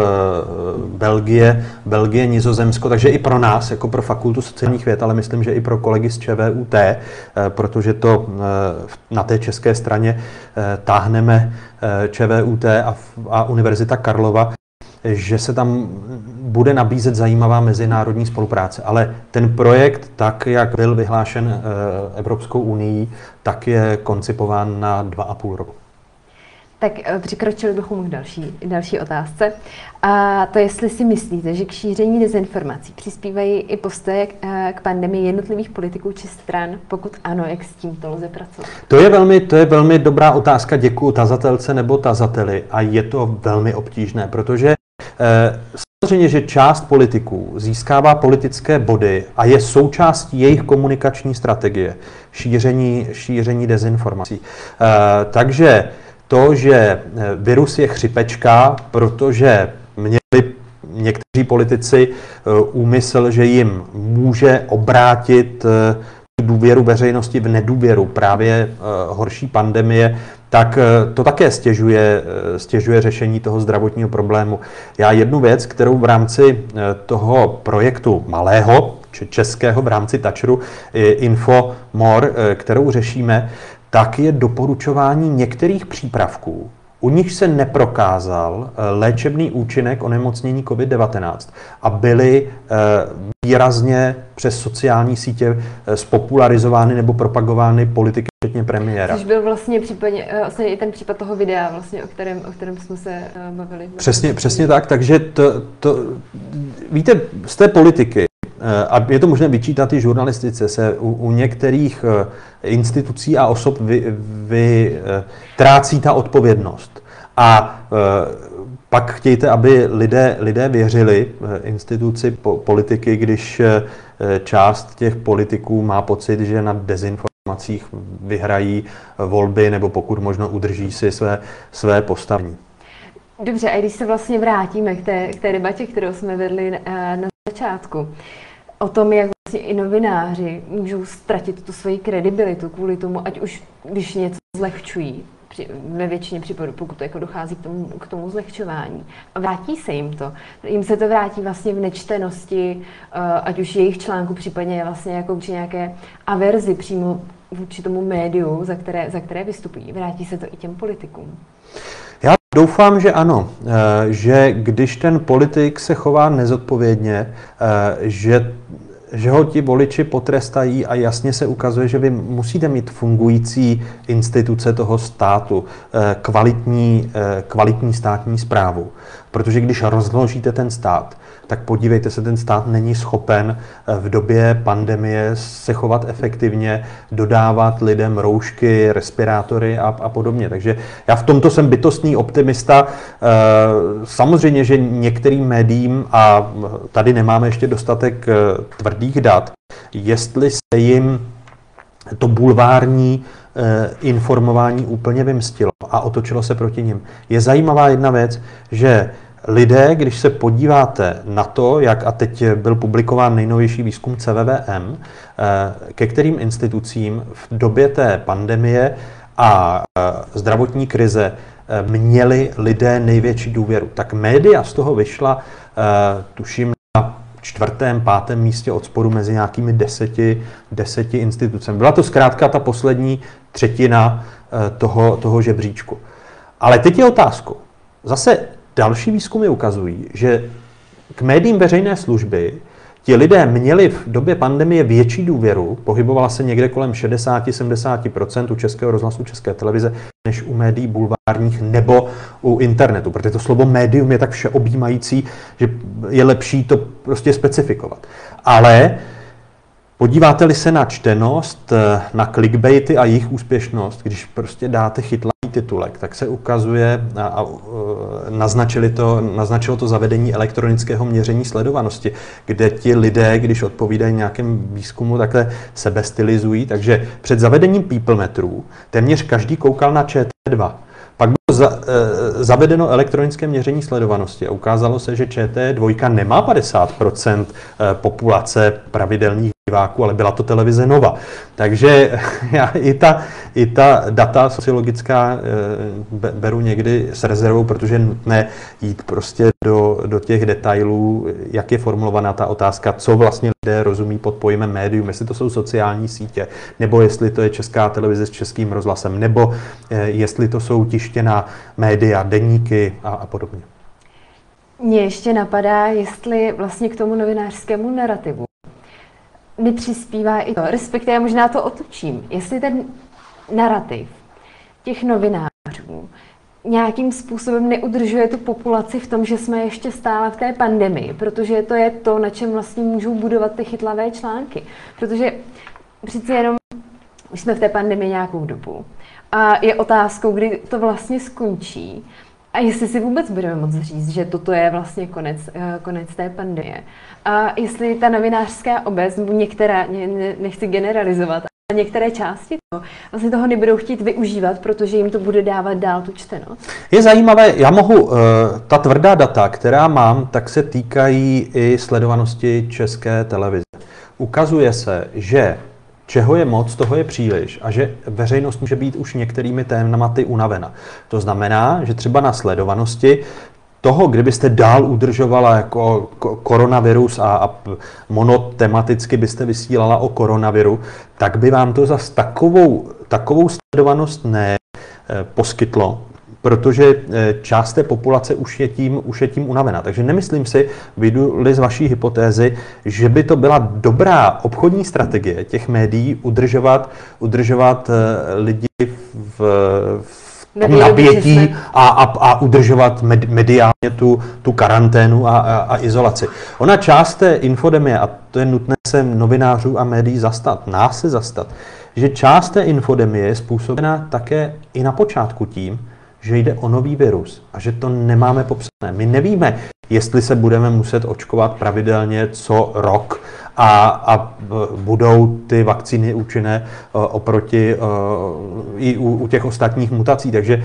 Belgie, Nizozemsko, takže i pro nás, jako pro Fakultu sociálních věd, ale myslím, že i pro kolegy z ČVUT, protože to na té české straně táhneme ČVUT a Univerzita Karlova, že se tam bude nabízet zajímavá mezinárodní spolupráce. Ale ten projekt, tak jak byl vyhlášen Evropskou unií, tak je koncipován na 2,5 roku. Tak přikročili bychom k další otázce. A to jestli si myslíte, že k šíření dezinformací přispívají i postoje k pandemii jednotlivých politiků či stran? Pokud ano, jak s tímto lze pracovat? To je velmi dobrá otázka. Děkuji tazatelce nebo tazateli. A je to velmi obtížné, protože samozřejmě, že část politiků získává politické body a je součástí jejich komunikační strategie šíření dezinformací. Takže to, že virus je chřipečka, protože měli někteří politici úmysl, že jim může obrátit důvěru veřejnosti v nedůvěru, právě horší pandemie, tak to také stěžuje řešení toho zdravotního problému. Já jednu věc, kterou v rámci toho projektu malého, českého v rámci Tačru Infomore, kterou řešíme, tak je doporučování některých přípravků, u nich se neprokázal léčebný účinek onemocnění COVID-19 a byly výrazně přes sociální sítě spopularizovány nebo propagovány politiky, včetně premiéra. Což byl vlastně i ten případ toho videa, vlastně, o kterém jsme se bavili. Přesně tak, takže víte, z té politiky, a je to možné vyčítat i žurnalistice, se u některých institucí a osob trácí ta odpovědnost. A pak chtějte, aby lidé věřili instituci politiky, když část těch politiků má pocit, že na dezinformacích vyhrají volby nebo pokud možno udrží si své postavení. Dobře, a když se vlastně vrátíme k té debatě, kterou jsme vedli na začátku, o tom, jak vlastně i novináři můžou ztratit tu svoji kredibilitu kvůli tomu, ať už když něco zlehčují, ve většině případů, pokud to jako dochází k tomu zlehčování. A vrátí se jim to. Jim se to vrátí vlastně v nečtenosti, ať už jejich článku, případně vlastně jako vůči nějaké averzi přímo vůči tomu médiu, za které vystupují. Vrátí se to i těm politikům. Já doufám, že ano, že když ten politik se chová nezodpovědně, že ho ti voliči potrestají a jasně se ukazuje, že vy musíte mít fungující instituce toho státu, kvalitní státní správu. Protože když rozložíte ten stát, tak podívejte se, ten stát není schopen v době pandemie se chovat efektivně, dodávat lidem roušky, respirátory a podobně. Takže já v tomto jsem bytostný optimista. Samozřejmě, že některým médiím, a tady nemáme ještě dostatek tvrdých dat, jestli se jim to bulvární informování úplně vymstilo a otočilo se proti nim. Je zajímavá jedna věc, že lidé, když se podíváte na to, jak a teď byl publikován nejnovější výzkum CVVM, ke kterým institucím v době té pandemie a zdravotní krize měli lidé největší důvěru, tak média z toho vyšla, tuším, na 4., 5. místě od spodu mezi nějakými 10 institucemi. Byla to zkrátka ta poslední třetina toho žebříčku. Ale teď je otázka. Zase další výzkumy ukazují, že k médiím veřejné služby ti lidé měli v době pandemie větší důvěru, pohybovala se někde kolem 60-70% u Českého rozhlasu, České televize, než u médií bulvárních nebo u internetu, protože to slovo médium je tak všeobjímající, že je lepší to prostě specifikovat. Ale podíváte-li se na čtenost, na clickbaity a jejich úspěšnost, když prostě dáte chytlavý titulek, tak se ukazuje, a naznačilo to zavedení elektronického měření sledovanosti, kde ti lidé, když odpovídají nějakém výzkumu, takhle sebe stylizují. Takže před zavedením PeopleMetrů téměř každý koukal na ČT2. Pak bylo zavedeno elektronické měření sledovanosti a ukázalo se, že ČT2 nemá 50% populace pravidelných diváků, ale byla to televize Nova. Takže já i ta data sociologická beru někdy s rezervou, protože je nutné jít prostě do těch detailů, jak je formulovaná ta otázka, co vlastně lidé rozumí pod pojmem médium, jestli to jsou sociální sítě, nebo jestli to je Česká televize s Českým rozhlasem, nebo jestli to jsou tištěná média, deníky a podobně. Mně ještě napadá, jestli vlastně k tomu novinářskému narrativu nepřispívá i to, respektive možná to otočím, jestli ten narrativ těch novinářů nějakým způsobem neudržuje tu populaci v tom, že jsme ještě stále v té pandemii, protože to je to, na čem vlastně můžou budovat ty chytlavé články. Protože přeci jenom už jsme v té pandemii nějakou dobu a je otázkou, kdy to vlastně skončí a jestli si vůbec budeme moct říct, že toto je vlastně konec té pandemie. A jestli ta novinářská obec, nebo některá, nechci generalizovat, ale některé části vlastně toho nebudou chtít využívat, protože jim to bude dávat dál tu čtenost. Je zajímavé, já mohu, ta tvrdá data, která mám, tak se týkají i sledovanosti České televize. Ukazuje se, že čeho je moc, toho je příliš a že veřejnost může být už některými tématy unavena. To znamená, že třeba na sledovanosti toho, kdybyste dál udržovala jako koronavirus a monotematicky byste vysílala o koronaviru, tak by vám to zas takovou sledovanost neposkytlo, protože část té populace už je tím unavena. Takže nemyslím si, vyjdu-li z vaší hypotézy, že by to byla dobrá obchodní strategie těch médií udržovat lidi v napětí a udržovat mediálně tu karanténu a izolaci. Ona část té infodemie, a to je nutné se novinářů a médií zastat, nás se zastat, že část té infodemie je způsobena také i na počátku tím, že jde o nový virus a že to nemáme popsané. My nevíme, jestli se budeme muset očkovat pravidelně co rok a budou ty vakcíny účinné oproti i u těch ostatních mutací. Takže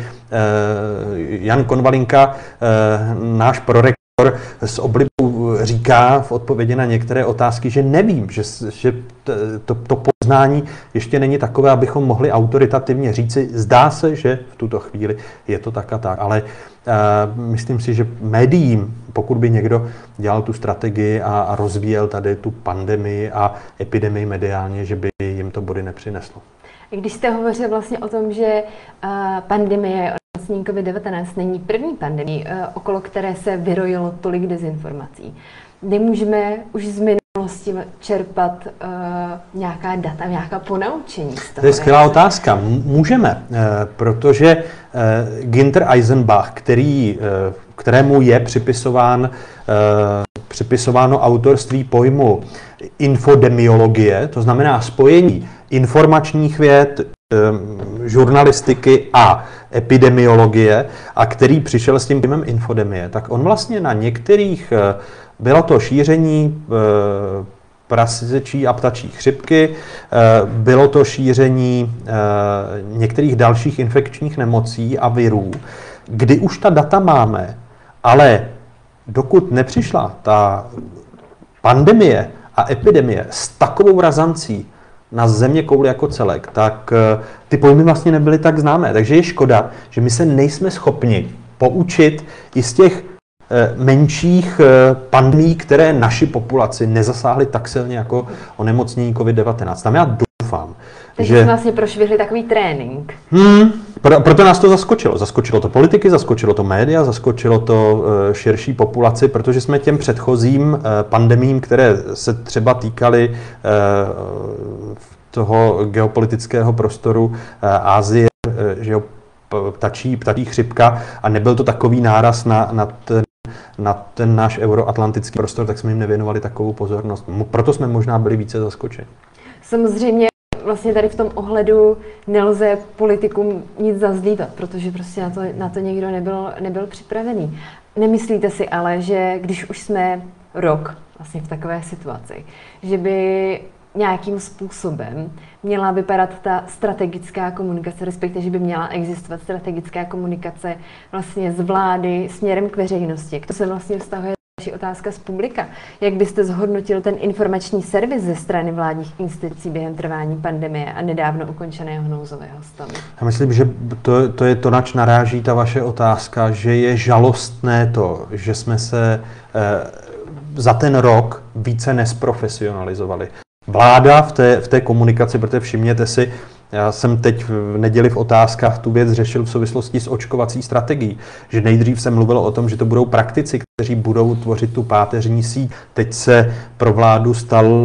Jan Konvalinka, náš prorektor, s oblibou říká v odpovědi na některé otázky, že nevím, že to poznání ještě není takové, abychom mohli autoritativně říci, zdá se, že v tuto chvíli je to tak a tak. Ale myslím si, že médiím, pokud by někdo dělal tu strategii a rozvíjel tady tu pandemii a epidemii mediálně, že by jim to body nepřineslo. Když jste hovořil vlastně o tom, že pandemie onemocnění COVID-19 není první pandemie, okolo které se vyrojilo tolik dezinformací, nemůžeme už z minulosti čerpat nějaká data, nějaká ponaučení z toho? To je skvělá otázka. Můžeme, protože Günter Eisenbach, kterému je připisován připisováno autorství pojmu infodemiologie, to znamená spojení informačních věd, žurnalistiky a epidemiologie, a který přišel s tím pojmem infodemie, tak on vlastně na některých, bylo to šíření prasečí a ptačí chřipky, bylo to šíření některých dalších infekčních nemocí a virů, kdy už ta data máme, ale dokud nepřišla ta pandemie a epidemie s takovou razancí na země kouli jako celek, tak ty pojmy vlastně nebyly tak známé. Takže je škoda, že my se nejsme schopni poučit i z těch menších pandemií, které naši populaci nezasáhly tak silně jako onemocnění COVID-19. Tam já doufám, takže jsme vlastně prošvihli takový trénink. Proto nás to zaskočilo. Zaskočilo to politiky, zaskočilo to média, zaskočilo to širší populaci, protože jsme těm předchozím pandemiím, které se třeba týkaly toho geopolitického prostoru Asie, že ptačí chřipka, a nebyl to takový náraz na ten náš euroatlantický prostor, tak jsme jim nevěnovali takovou pozornost. Proto jsme možná byli více zaskočeni. Samozřejmě vlastně tady v tom ohledu nelze politikům nic zazlívat, protože prostě na to někdo nebyl připravený. Nemyslíte si ale, že když už jsme rok vlastně v takové situaci, že by nějakým způsobem měla vypadat ta strategická komunikace, respektive, že by měla existovat strategická komunikace vlastně z vlády směrem k veřejnosti. K tomu se vlastně vztahuje další otázka z publika. Jak byste zhodnotil ten informační servis ze strany vládních institucí během trvání pandemie a nedávno ukončeného nouzového stavu? Já myslím, že to je to, nač naráží ta vaše otázka, že je žalostné to, že jsme se za ten rok více nesprofesionalizovali. Vláda v té komunikaci, protože všimněte si, já jsem teď v neděli v otázkách tu věc řešil v souvislosti s očkovací strategií, že nejdřív se mluvilo o tom, že to budou praktici, kteří budou tvořit tu páteřní síť. Teď se pro vládu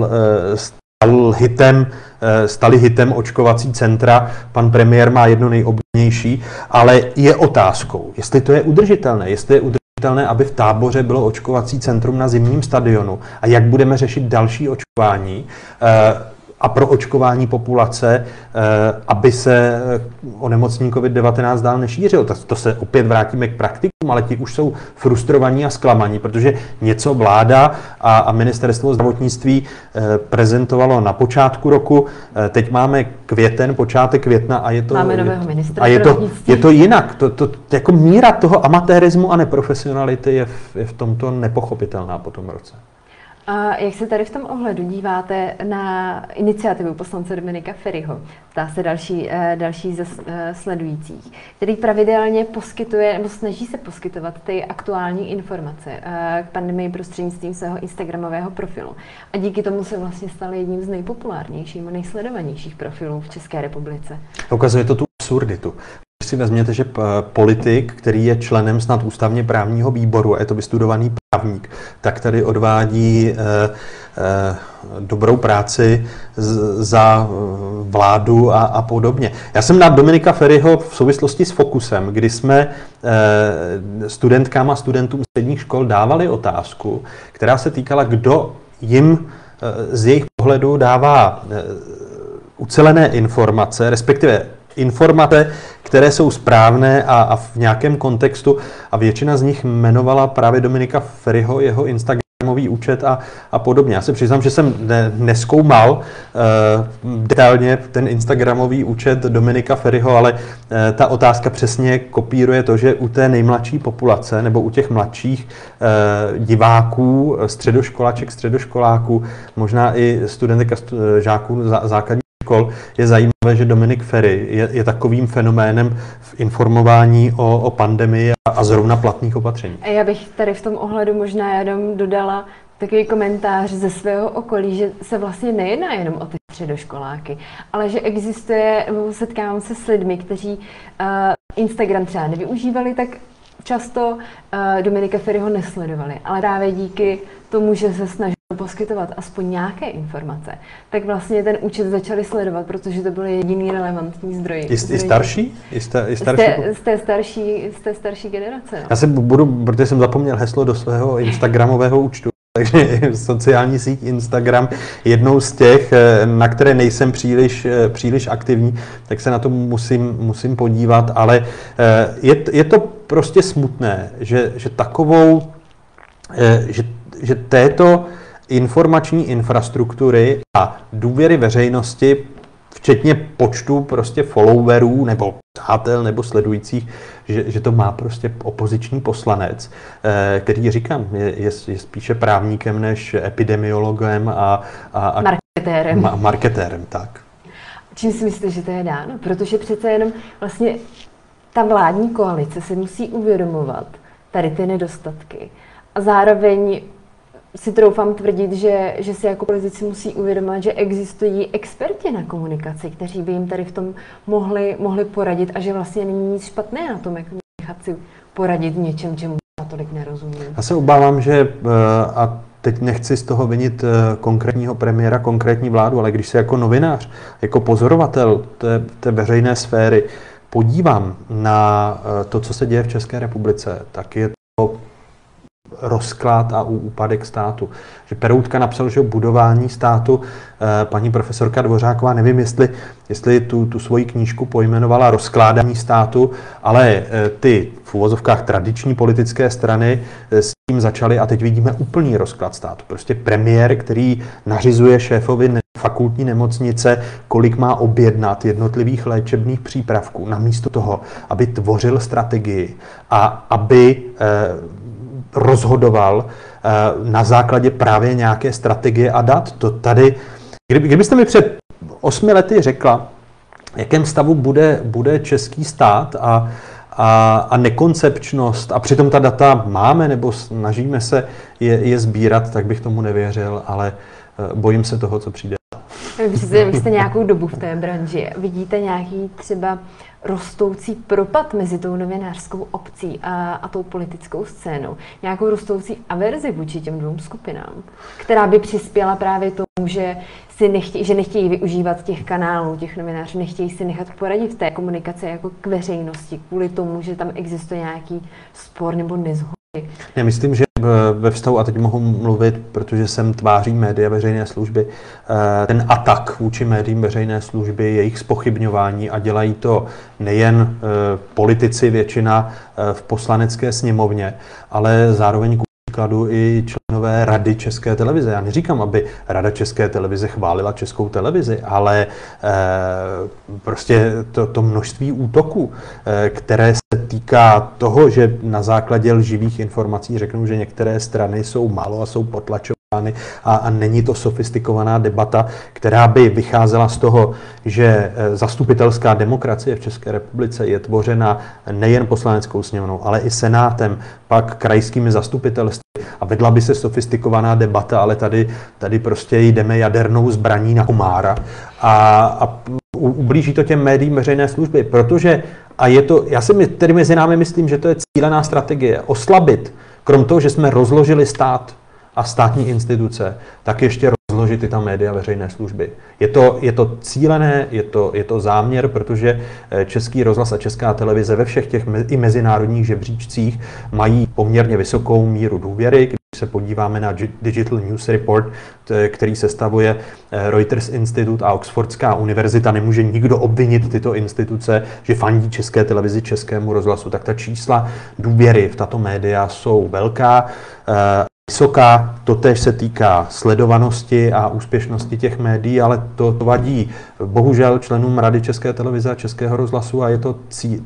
stali hitem očkovací centra. Pan premiér má jedno nejoblíbenější, ale je otázkou, jestli to je udržitelné, aby v Táboře bylo očkovací centrum na zimním stadionu a jak budeme řešit další očkování a pro očkování populace, aby se onemocnění COVID-19 dál nešířilo. To se opět vrátíme k praktikům, ale ti už jsou frustrovaní a zklamaní, protože něco vláda a ministerstvo zdravotnictví prezentovalo na počátku roku, teď máme květen, počátek května a je to... Máme nového ministra je to jinak. Jako míra toho amatérismu a neprofesionality je v tomto nepochopitelná po tom roce. A jak se tady v tom ohledu díváte na iniciativu poslance Dominika Feriho, ptá se další ze sledujících, který pravidelně poskytuje, nebo snaží se poskytovat ty aktuální informace k pandemii prostřednictvím svého instagramového profilu. A díky tomu se vlastně stal jedním z nejpopulárnějších a nejsledovanějších profilů v České republice. Ukazuje to tu absurditu. Když si vezměte, že politik, který je členem snad ústavně právního výboru a je to vystudovaný právník, tak tady odvádí dobrou práci za vládu a podobně. Já jsem na Dominika Feriho v souvislosti s Focusem, kdy jsme studentkám a studentům středních škol dávali otázku, která se týkala, kdo jim z jejich pohledu dává ucelené informace, respektive informace, které jsou správné a v nějakém kontextu, a většina z nich jmenovala právě Dominika Feriho, jeho instagramový účet a podobně. Já se přiznám, že jsem nezkoumal detailně ten instagramový účet Dominika Feriho, ale ta otázka přesně kopíruje to, že u té nejmladší populace nebo u těch mladších diváků, středoškoláků, možná i studentek a žáků základní škol, je zajímavé, že Dominik Feri je takovým fenoménem v informování o pandemii a zrovna platných opatření. A já bych tady v tom ohledu možná jenom dodala takový komentář ze svého okolí, že se vlastně nejedná jenom o ty středoškoláky, ale že existuje, setkávám se s lidmi, kteří Instagram třeba nevyužívali tak často, Dominika Feriho nesledovali, ale právě díky tomu, že se snažili poskytovat aspoň nějaké informace, tak vlastně ten účet začali sledovat, protože to byl jediný relevantní zdroj. Jste starší? Z té starší generace. No. Já se protože jsem zapomněl heslo do svého instagramového účtu. takže sociální síť Instagram jednou z těch, na které nejsem příliš aktivní, tak se na to musím podívat, ale je to prostě smutné, že této informační infrastruktury a důvěry veřejnosti, včetně počtu prostě followerů nebo přátel nebo sledujících, že to má prostě opoziční poslanec, který, říkám, je spíše právníkem než epidemiologem a marketérem, tak. Čím si myslíte, že to je dáno? Protože přece jenom vlastně ta vládní koalice se musí uvědomovat tady ty nedostatky. A zároveň si troufám tvrdit, že si jako politici musí uvědomit, že existují experti na komunikaci, kteří by jim tady v tom mohli poradit a že vlastně není nic špatné na tom, jak nechat si poradit v něčem, čemu natolik nerozumím. Já se obávám, že a teď nechci z toho vinit konkrétního premiéra, konkrétní vládu, ale když se jako novinář, jako pozorovatel té veřejné sféry podívám na to, co se děje v České republice, tak je to rozklad a úpadek státu. Že Peroutka napsal, že o budování státu, paní profesorka Dvořáková, nevím, jestli tu svoji knížku pojmenovala Rozkládání státu, ale ty v uvozovkách tradiční politické strany s tím začaly a teď vidíme úplný rozklad státu. Prostě premiér, který nařizuje šéfovi fakultní nemocnice, kolik má objednat jednotlivých léčebných přípravků, namísto toho, aby tvořil strategii a aby rozhodoval na základě právě nějaké strategie a dat. To tady, kdybyste mi před 8 lety řekla, v jakém stavu bude český stát a nekoncepčnost, a přitom ta data máme nebo snažíme se je sbírat, tak bych tomu nevěřil, ale bojím se toho, co přijde. Vy jste nějakou dobu v té branži. Vidíte nějaký třeba rostoucí propad mezi tou novinářskou obcí a tou politickou scénou? Nějakou rostoucí averzi vůči těm dvou skupinám, která by přispěla právě tomu, že nechtějí využívat těch kanálů, těch novinářů, nechtějí si nechat poradit v té komunikaci jako k veřejnosti, kvůli tomu, že tam existuje nějaký spor nebo nezhody. Já myslím, že ve vztahu, a teď mohu mluvit, protože jsem tváří média veřejné služby, ten atak vůči médiím veřejné služby, jejich zpochybňování, a dělají to nejen politici, většina v poslanecké sněmovně, ale zároveň ku příkladu i členové Rady České televize. Já neříkám, aby Rada České televize chválila Českou televizi, ale prostě to množství útoků, které se týká toho, že na základě lživých informací řeknou, že některé strany jsou málo a jsou potlačovány a není to sofistikovaná debata, která by vycházela z toho, že zastupitelská demokracie v České republice je tvořena nejen poslaneckou sněmovnou, ale i senátem, pak krajskými zastupitelství a vedla by se sofistikovaná debata, ale tady prostě jdeme jadernou zbraní na komára a ublíží to těm médiím veřejné služby, protože, a je to, já si tedy mezi námi myslím, že to je cílená strategie, oslabit, krom toho, že jsme rozložili stát a státní instituce, tak ještě rozložit i ta média veřejné služby. Je to cílené, je to záměr, protože Český rozhlas a Česká televize ve všech těch i mezinárodních žebříčcích mají poměrně vysokou míru důvěry. Když se podíváme na Digital News Report, který sestavuje Reuters Institute a Oxfordská univerzita, nemůže nikdo obvinit tyto instituce, že fandí České televizi, Českému rozhlasu, tak ta čísla důvěry v tato média jsou velká, vysoká, totéž se týká sledovanosti a úspěšnosti těch médií, ale to vadí bohužel členům Rady České televize a Českého rozhlasu a je to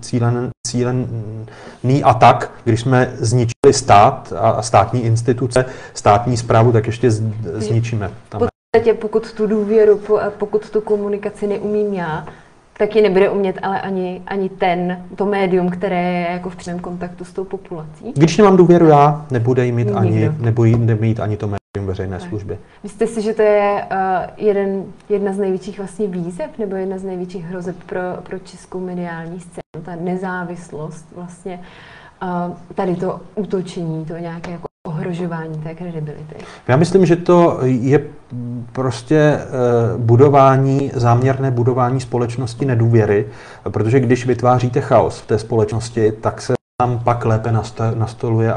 cílený atak, když jsme zničili stát a státní instituce, státní správu, tak ještě zničíme. Pokud tu důvěru, pokud tu komunikaci neumím já, tak ji nebude umět ale ani to médium, které je jako v přímém kontaktu s tou populací. Když nemám důvěru já, nebude jí mít ani to médium veřejné služby. Myslíte si, že to je jedna z největších vlastně výzev nebo jedna z největších hrozeb pro českou mediální scénu, ta nezávislost vlastně, tady to útočení, to nějaké jako ohrožování té kredibility? Já myslím, že to je prostě záměrné budování společnosti nedůvěry, protože když vytváříte chaos v té společnosti, tak se tam pak lépe nastoluje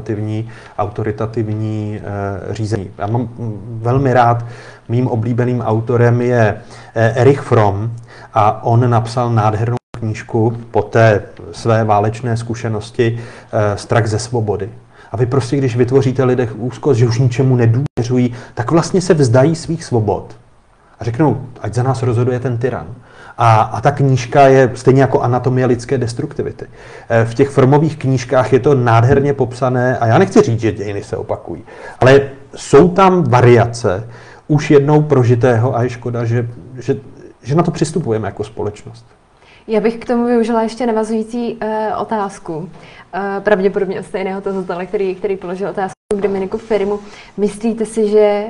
autoritativní řízení. Já mám velmi rád, mým oblíbeným autorem je Erich Fromm a on napsal nádhernou knížku po té své válečné zkušenosti Strach ze svobody. A vy prostě, když vytvoříte lidech úzkost, že už ničemu nedůvěřují, tak vlastně se vzdají svých svobod. A řeknou, ať za nás rozhoduje ten tyran. A ta knížka je stejně jako Anatomie lidské destruktivity. V těch Frommových knížkách je to nádherně popsané a já nechci říct, že dějiny se opakují, ale jsou tam variace už jednou prožitého a je škoda, že na to přistupujeme jako společnost. Já bych k tomu využila ještě navazující otázku. Pravděpodobně od stejného tazatele, který položil otázku k Dominiku Ferimu. Myslíte si, že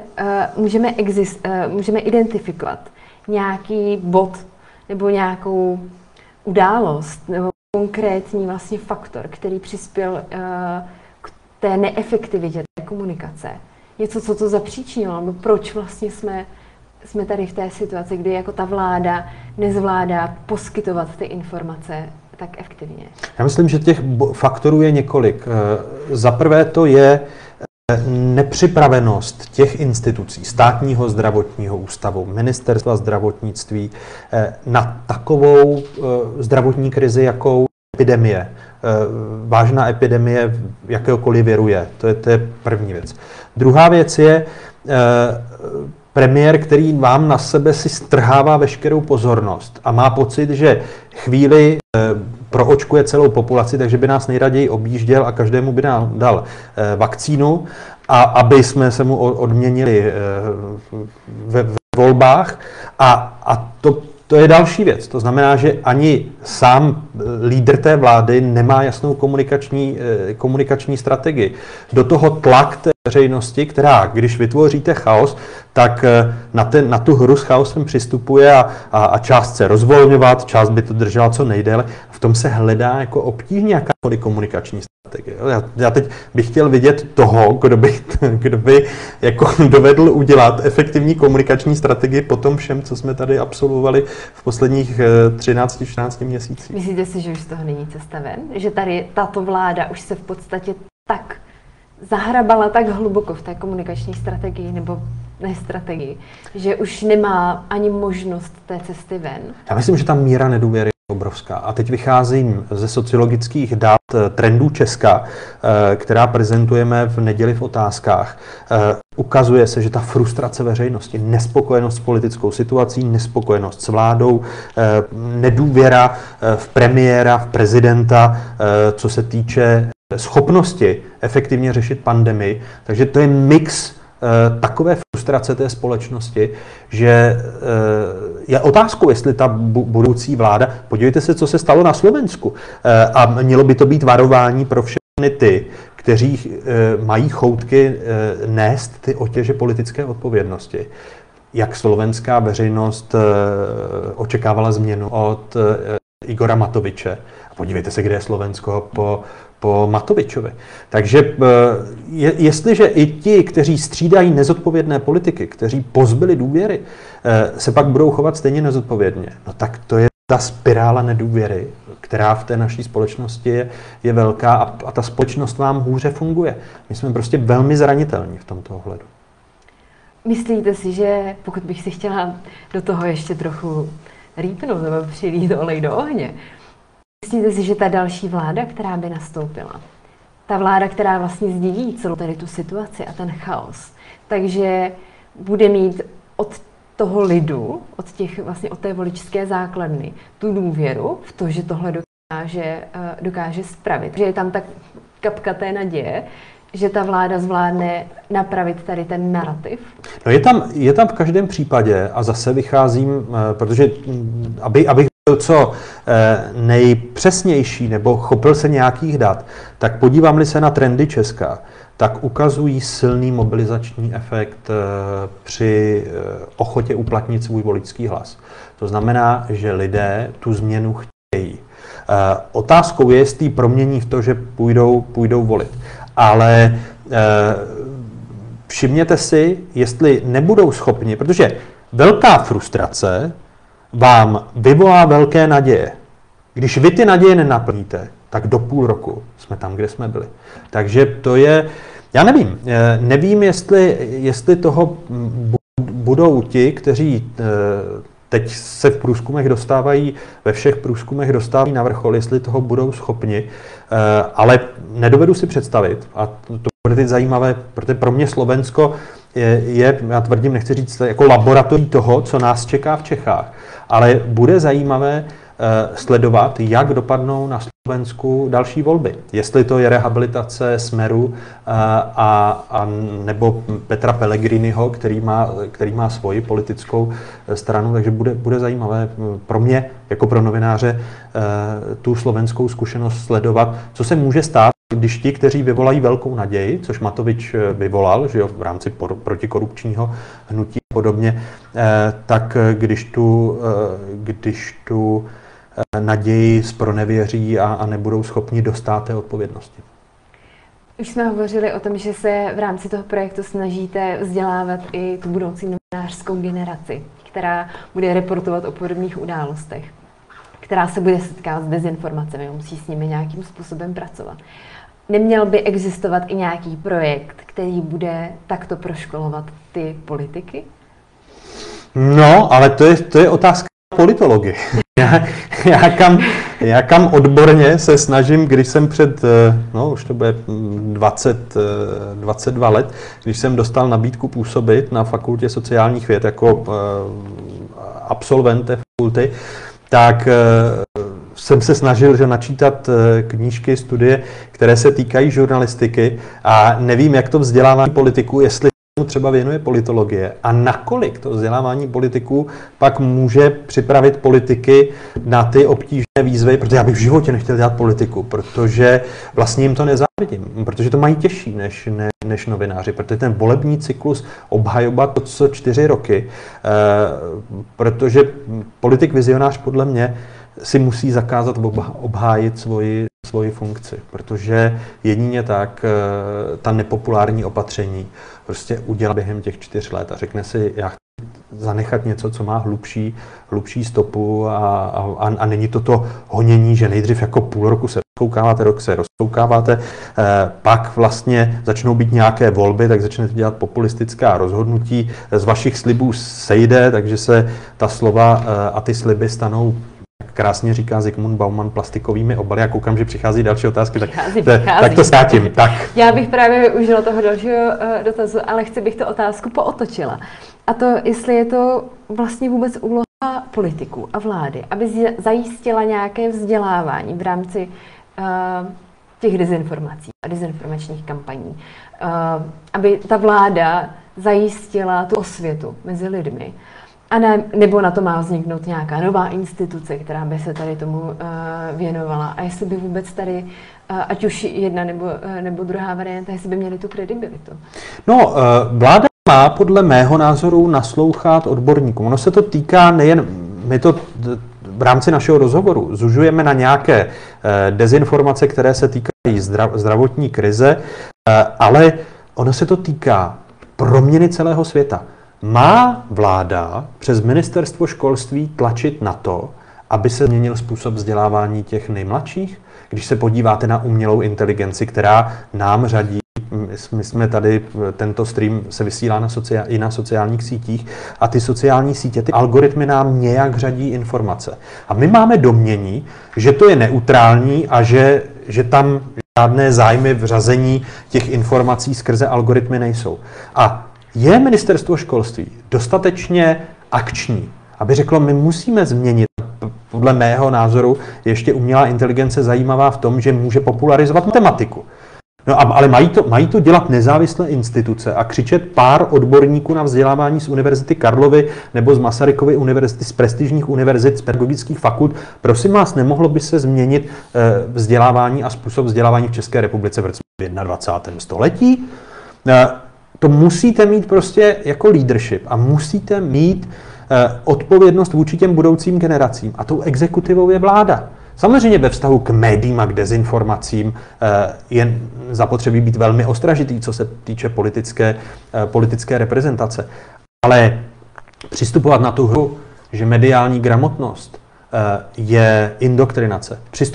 můžeme identifikovat nějaký bod nebo nějakou událost nebo konkrétní vlastně faktor, který přispěl k té neefektivitě té komunikace? Něco, co to zapříčinilo, nebo proč vlastně jsme tady v té situaci, kdy jako ta vláda nezvládá poskytovat ty informace tak efektivně? Já myslím, že těch faktorů je několik. Za prvé to je nepřipravenost těch institucí, Státního zdravotního ústavu, Ministerstva zdravotnictví na takovou zdravotní krizi, jakou epidemie. Vážná epidemie jakéhokoliv viru je. To je první věc. Druhá věc je premiér, který vám na sebe si strhává veškerou pozornost a má pocit, že chvíli proočkuje celou populaci, takže by nás nejraději objížděl a každému by nám dal vakcínu, a aby jsme se mu odměnili ve volbách. A to je další věc. To znamená, že ani sám lídr té vlády nemá jasnou komunikační strategii. Do toho tlak té veřejnosti, která, když vytvoříte chaos, tak na tu hru s chaosem přistupuje a část se rozvolňovat, část by to držela co nejdéle. V tom se hledá jako obtížně jakákoliv komunikační strategie. Já teď bych chtěl vidět toho, kdo by jako dovedl udělat efektivní komunikační strategii po tom všem, co jsme tady absolvovali v posledních 13-14 měsících. Myslíte si, že už z toho není cesta ven? Že tady tato vláda už se v podstatě tak zahrabala tak hluboko v té komunikační strategii nebo nestrategii, že už nemá ani možnost té cesty ven? Já myslím, že ta míra nedůvěry je obrovská. A teď vycházím ze sociologických dat trendů Česka, která prezentujeme v neděli v Otázkách. Ukazuje se, že ta frustrace veřejnosti, nespokojenost s politickou situací, nespokojenost s vládou, nedůvěra v premiéra, v prezidenta, co se týče schopnosti efektivně řešit pandemii. Takže to je mix takové frustrace té společnosti, že je otázkou, jestli ta budoucí vláda, podívejte se, co se stalo na Slovensku, a mělo by to být varování pro všechny ty, kteří mají choutky nést ty otěže politické odpovědnosti. Jak slovenská veřejnost očekávala změnu od Igora Matoviče. A podívejte se, kde je Slovensko po Matovičovi. Takže jestliže i ti, kteří střídají nezodpovědné politiky, kteří pozbyli důvěry, se pak budou chovat stejně nezodpovědně, no tak to je ta spirála nedůvěry, která v té naší společnosti je velká a ta společnost vám hůře funguje. My jsme prostě velmi zranitelní v tomto ohledu. Myslíte si, že pokud bych si chtěla do toho ještě trochu rýpnout nebo přilít olej do ohně, myslíte si, že ta další vláda, která by nastoupila, ta vláda, která vlastně sdílí celou tady tu situaci a ten chaos, takže bude mít od toho lidu, od té voličské základny, tu důvěru v to, že tohle dokáže spravit. Že je tam tak kapka té naděje, že ta vláda zvládne napravit tady ten narrativ? No je tam v každém případě a zase vycházím, protože abych byl co nejpřesnější nebo chopil se nějakých dat, tak podívám-li se na trendy Česka, tak ukazují silný mobilizační efekt při ochotě uplatnit svůj voličský hlas. To znamená, že lidé tu změnu chtějí. Otázkou je, jestli promění v to, že půjdou volit. Ale všimněte si, jestli nebudou schopni, protože velká frustrace vám vyvolá velké naděje. Když vy ty naděje nenaplníte, tak do půl roku jsme tam, kde jsme byli. Takže to je, já nevím, jestli toho budou ti, kteří teď se v průzkumech dostávají, ve všech průzkumech dostávají na vrchol, jestli toho budou schopni, ale nedovedu si představit, a to bude teď zajímavé, protože pro mě Slovensko je, já tvrdím, nechci říct, jako laboratoří toho, co nás čeká v Čechách, ale bude zajímavé sledovat, jak dopadnou na Slovensku další volby. Jestli to je rehabilitace Smeru a nebo Petra Pellegriniho, který má svoji politickou stranu, takže bude zajímavé pro mě, jako pro novináře, tu slovenskou zkušenost sledovat, co se může stát, když ti, kteří vyvolají velkou naději, což Matovič vyvolal, že jo, v rámci protikorupčního hnutí a podobně, tak když tu naději zpronevěří a nebudou schopni dostát té odpovědnosti. Už jsme hovořili o tom, že se v rámci toho projektu snažíte vzdělávat i tu budoucí novinářskou generaci, která bude reportovat o podobných událostech, která se bude setkávat s dezinformacemi, musí s nimi nějakým způsobem pracovat. Neměl by existovat i nějaký projekt, který bude takto proškolovat ty politiky? No, ale to je otázka politologie. Já kam odborně se snažím, když jsem před, už to bude 22 let, když jsem dostal nabídku působit na Fakultě sociálních věd jako absolvent té fakulty, tak jsem se snažil načítat knížky, studie, které se týkají žurnalistiky a nevím, jak to vzdělávání politiků, jestli třeba věnuje politologie a nakolik to vzdělávání politiků pak může připravit politiky na ty obtížné výzvy, protože já bych v životě nechtěl dělat politiku, protože vlastně jim to nezávidím, protože to mají těžší než novináři, protože ten volební cyklus obhajoba to co 4 roky, protože politik vizionář podle mě si musí zakázat obhájit svoji funkci, protože jedině tak ta nepopulární opatření prostě udělá během těch 4 let a řekne si, já chci zanechat něco, co má hlubší stopu a není to honění, že nejdřív jako půl roku se rozkoukáváte, rok se rozkoukáváte, pak vlastně začnou být nějaké volby, tak začnete dělat populistická rozhodnutí, z vašich slibů sejde, takže se ta slova a ty sliby stanou, krásně říká Zygmunt Bauman, plastikovými obaly. Já koukám, že přichází další otázky, tak to zkrátím. Tak. Já bych právě využila toho dalšího dotazu, ale bych tu otázku pootočila. A to, jestli je to vlastně vůbec úloha politiků a vlády, aby zajistila nějaké vzdělávání v rámci těch dezinformací a dezinformačních kampaní. Aby ta vláda zajistila tu osvětu mezi lidmi. A nebo na to má vzniknout nějaká nová instituce, která by se tady tomu věnovala. A jestli by vůbec tady, ať už jedna nebo druhá varianta, jestli by měly tu kredibilitu. No, vláda má podle mého názoru naslouchat odborníkům. Ono se to týká nejen, my to v rámci našeho rozhovoru zužujeme na nějaké dezinformace, které se týkají zdravotní krize, ale ono se to týká proměny celého světa. Má vláda přes ministerstvo školství tlačit na to, aby se změnil způsob vzdělávání těch nejmladších? Když se podíváte na umělou inteligenci, která nám řadí, my jsme tady, tento stream se vysílá i na sociálních sítích a ty sociální sítě, ty algoritmy nám nějak řadí informace. A my máme domnění, že to je neutrální a že tam žádné zájmy v řazení těch informací skrze algoritmy nejsou. A je ministerstvo školství dostatečně akční, aby řeklo, my musíme změnit, podle mého názoru, ještě umělá inteligence zajímavá v tom, že může popularizovat matematiku. No, ale mají to dělat nezávislé instituce a křičet pár odborníků na vzdělávání z Univerzity Karlovy nebo z Masarykovy univerzity, z prestižních univerzit, z pedagogických fakult. Prosím vás, nemohlo by se změnit vzdělávání a způsob vzdělávání v České republice v roce 21. století? To musíte mít prostě jako leadership a musíte mít odpovědnost vůči těm budoucím generacím. A tou exekutivou je vláda. Samozřejmě ve vztahu k médiím a k dezinformacím je zapotřebí být velmi ostražitý, co se týče politické reprezentace. Ale přistupovat na tu hru, že mediální gramotnost je indoktrinace. Přistupovat na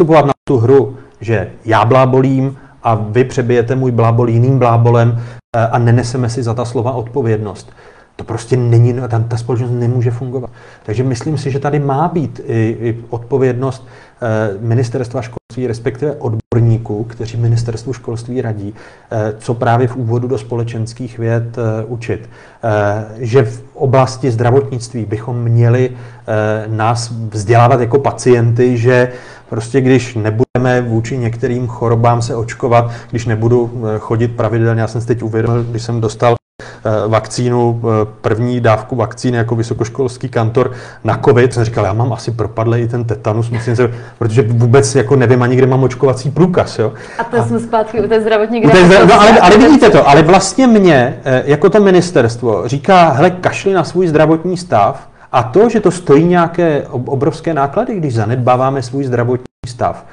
tu hru, že já blábolím a vy přebijete můj blábol jiným blábolem a neneseme si za ta slova odpovědnost. To prostě není, ta společnost nemůže fungovat. Takže myslím si, že tady má být i odpovědnost ministerstva školství, respektive odborníků, kteří ministerstvu školství radí, co právě v úvodu do společenských věd učit. Že v oblasti zdravotnictví bychom měli nás vzdělávat jako pacienty, že prostě když nebudeme vůči některým chorobám se očkovat, když nebudu chodit pravidelně, já jsem si teď uvědomil, když jsem dostal vakcínu, první dávku vakcíny jako vysokoškolský kantor na covid, jsem říkal, já mám asi propadlý i ten tetanus, musím se, protože vůbec jako nevím ani, kde mám očkovací průkaz. Jo? A to jsme zpátky u té zdravotní ale vidíte to, ale vlastně mě, jako to ministerstvo, říká, hele, kašli na svůj zdravotní stav a to, že to stojí nějaké obrovské náklady, když zanedbáváme svůj zdravotní stav,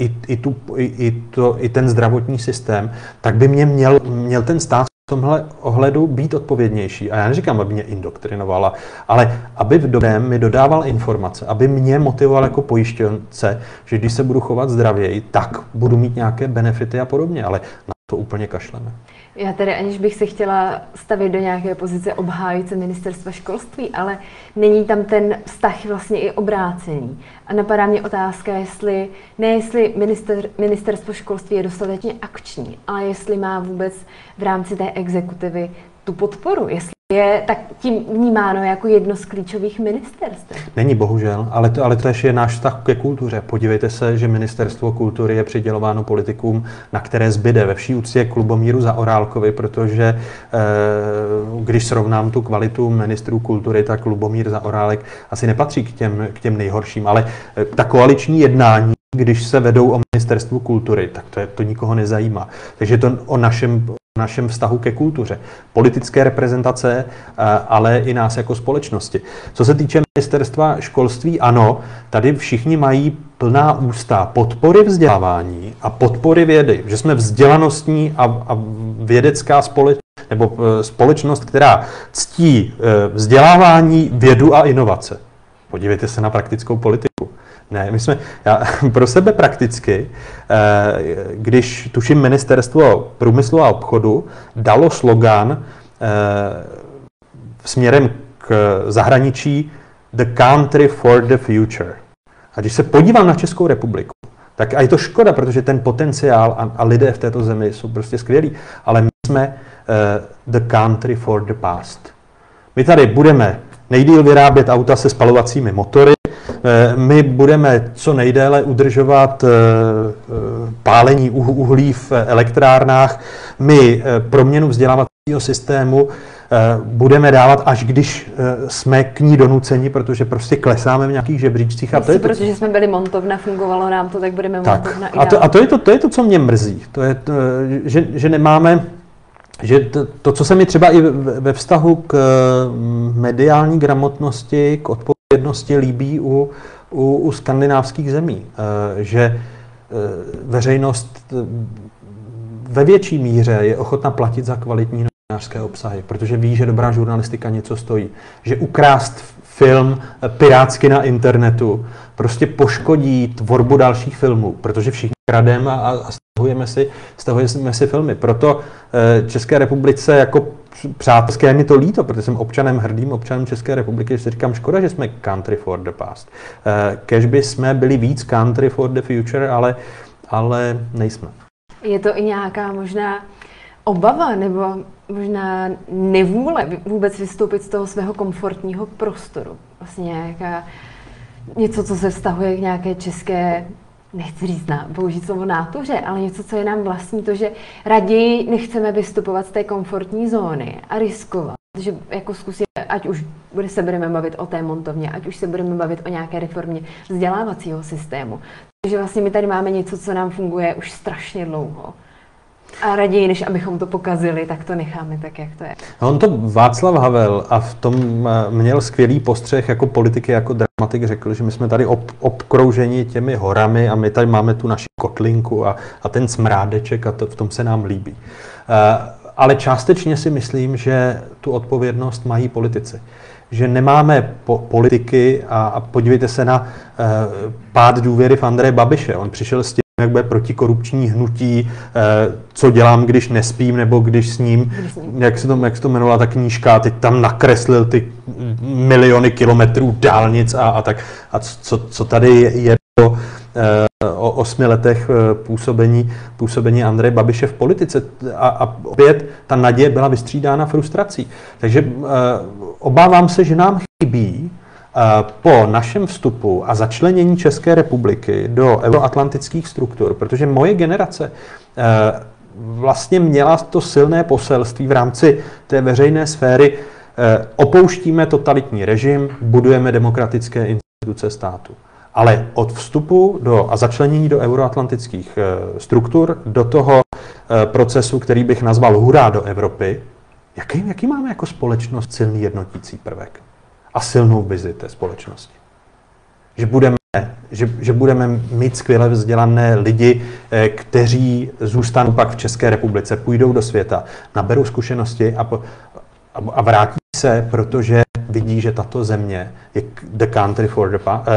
i ten zdravotní systém, tak by mě měl ten stát v tomhle ohledu být odpovědnější. A já neříkám, aby mě indoktrinovala, ale aby v dobrém mi dodával informace, aby mě motivoval jako pojištěnce, že když se budu chovat zdravěji, tak budu mít nějaké benefity a podobně, ale na to úplně kašleme. Já tedy, aniž bych se chtěla stavit do nějaké pozice obhájce ministerstva školství, ale není tam ten vztah vlastně i obrácený. A napadá mě otázka, jestli ministerstvo školství je dostatečně akční, ale jestli má vůbec v rámci té exekutivy tu podporu, jestli je tak tím vnímáno jako jedno z klíčových ministerstev. Není bohužel, ale to je náš vztah ke kultuře. Podívejte se, že ministerstvo kultury je přidělováno politikům, na které zbyde ve vší úctě k Lubomíru Zaorálkovi, protože když srovnám tu kvalitu ministrů kultury, tak Lubomír Zaorálek asi nepatří k těm nejhorším, ale ta koaliční jednání, když se vedou o ministerstvu kultury, tak to nikoho nezajímá. Takže to o našem vztahu ke kultuře. Politické reprezentace, ale i nás jako společnosti. Co se týče ministerstva školství, ano, tady všichni mají plná ústa podpory vzdělávání a podpory vědy, že jsme vzdělanostní a vědecká společnost, která ctí vzdělávání, vědu a inovace. Podívejte se na praktickou politiku. Ne, já pro sebe prakticky, když tuším ministerstvo průmyslu a obchodu dalo slogan směrem k zahraničí The country for the future. A když se podívám na Českou republiku, tak a je to škoda, protože ten potenciál a lidé v této zemi jsou prostě skvělí, ale my jsme the country for the past. My tady budeme nejdýl vyrábět auta se spalovacími motory, my budeme co nejdéle udržovat pálení uhlí v elektrárnách, my proměnu vzdělávacího systému budeme dávat, až když jsme k ní donuceni, protože prostě klesáme v nějakých žebříčcích. Protože jsme byli montovna, fungovalo nám to, tak budeme montovna i dál. A to je to, co mě mrzí. To je to, že nemáme, že to, co se mi třeba i ve vztahu k mediální gramotnosti, k odpovědnosti líbí u skandinávských zemí, že veřejnost ve větší míře je ochotna platit za kvalitní novinářské obsahy, protože ví, že dobrá žurnalistika něco stojí. Že ukrást film pirátsky na internetu prostě poškodí tvorbu dalších filmů, protože všichni krademe a stahujeme si filmy. Proto České republice jako přátelské mi to líto, protože jsem hrdým občanem České republiky, že si říkám, škoda, že jsme country for the past. Kež by jsme byli víc country for the future, ale nejsme. Je to i nějaká možná obava nebo možná nevůle vůbec vystoupit z toho svého komfortního prostoru? Vlastně něco, co se vztahuje k nějaké české, nechci říct použít slovo nátuře, ale něco, co je nám vlastní, to, že raději nechceme vystupovat z té komfortní zóny a riskovat, že jako zkusíme, ať už se budeme bavit o té montovně, ať už se budeme bavit o nějaké reformě vzdělávacího systému. Takže vlastně my tady máme něco, co nám funguje už strašně dlouho. A raději, než abychom to pokazili, tak to necháme tak, jak to je. On to Václav Havel a v tom měl skvělý postřeh jako politiky, jako dramatik, řekl, že my jsme tady obkrouženi těmi horami a my tady máme tu naši kotlinku a ten smrádeček a v tom se nám líbí. Ale částečně si myslím, že tu odpovědnost mají politici. že nemáme politiky a podívejte se na pád důvěry v Andreje Babiše. On přišel s tím, jak bude protikorupční hnutí, co dělám, když nespím, nebo když s ním, jak se to jmenovala ta knížka, teď tam nakreslil ty miliony kilometrů dálnic a tak. A co tady je o 8 letech působení Andreje Babiše v politice. A opět ta naděje byla vystřídána frustrací. Takže obávám se, že nám chybí po našem vstupu a začlenění České republiky do euroatlantických struktur, protože moje generace vlastně měla to silné poselství v rámci té veřejné sféry, opouštíme totalitní režim, budujeme demokratické instituce státu. Ale od vstupu a začlenění do euroatlantických struktur, do toho procesu, který bych nazval hurá do Evropy, jaký máme jako společnost silný jednotící prvek a silnou vizi té společnosti? Že budeme mít skvěle vzdělané lidi, kteří zůstanou pak v České republice, půjdou do světa, naberou zkušenosti a vrátí se, protože vidí, že tato země je the country for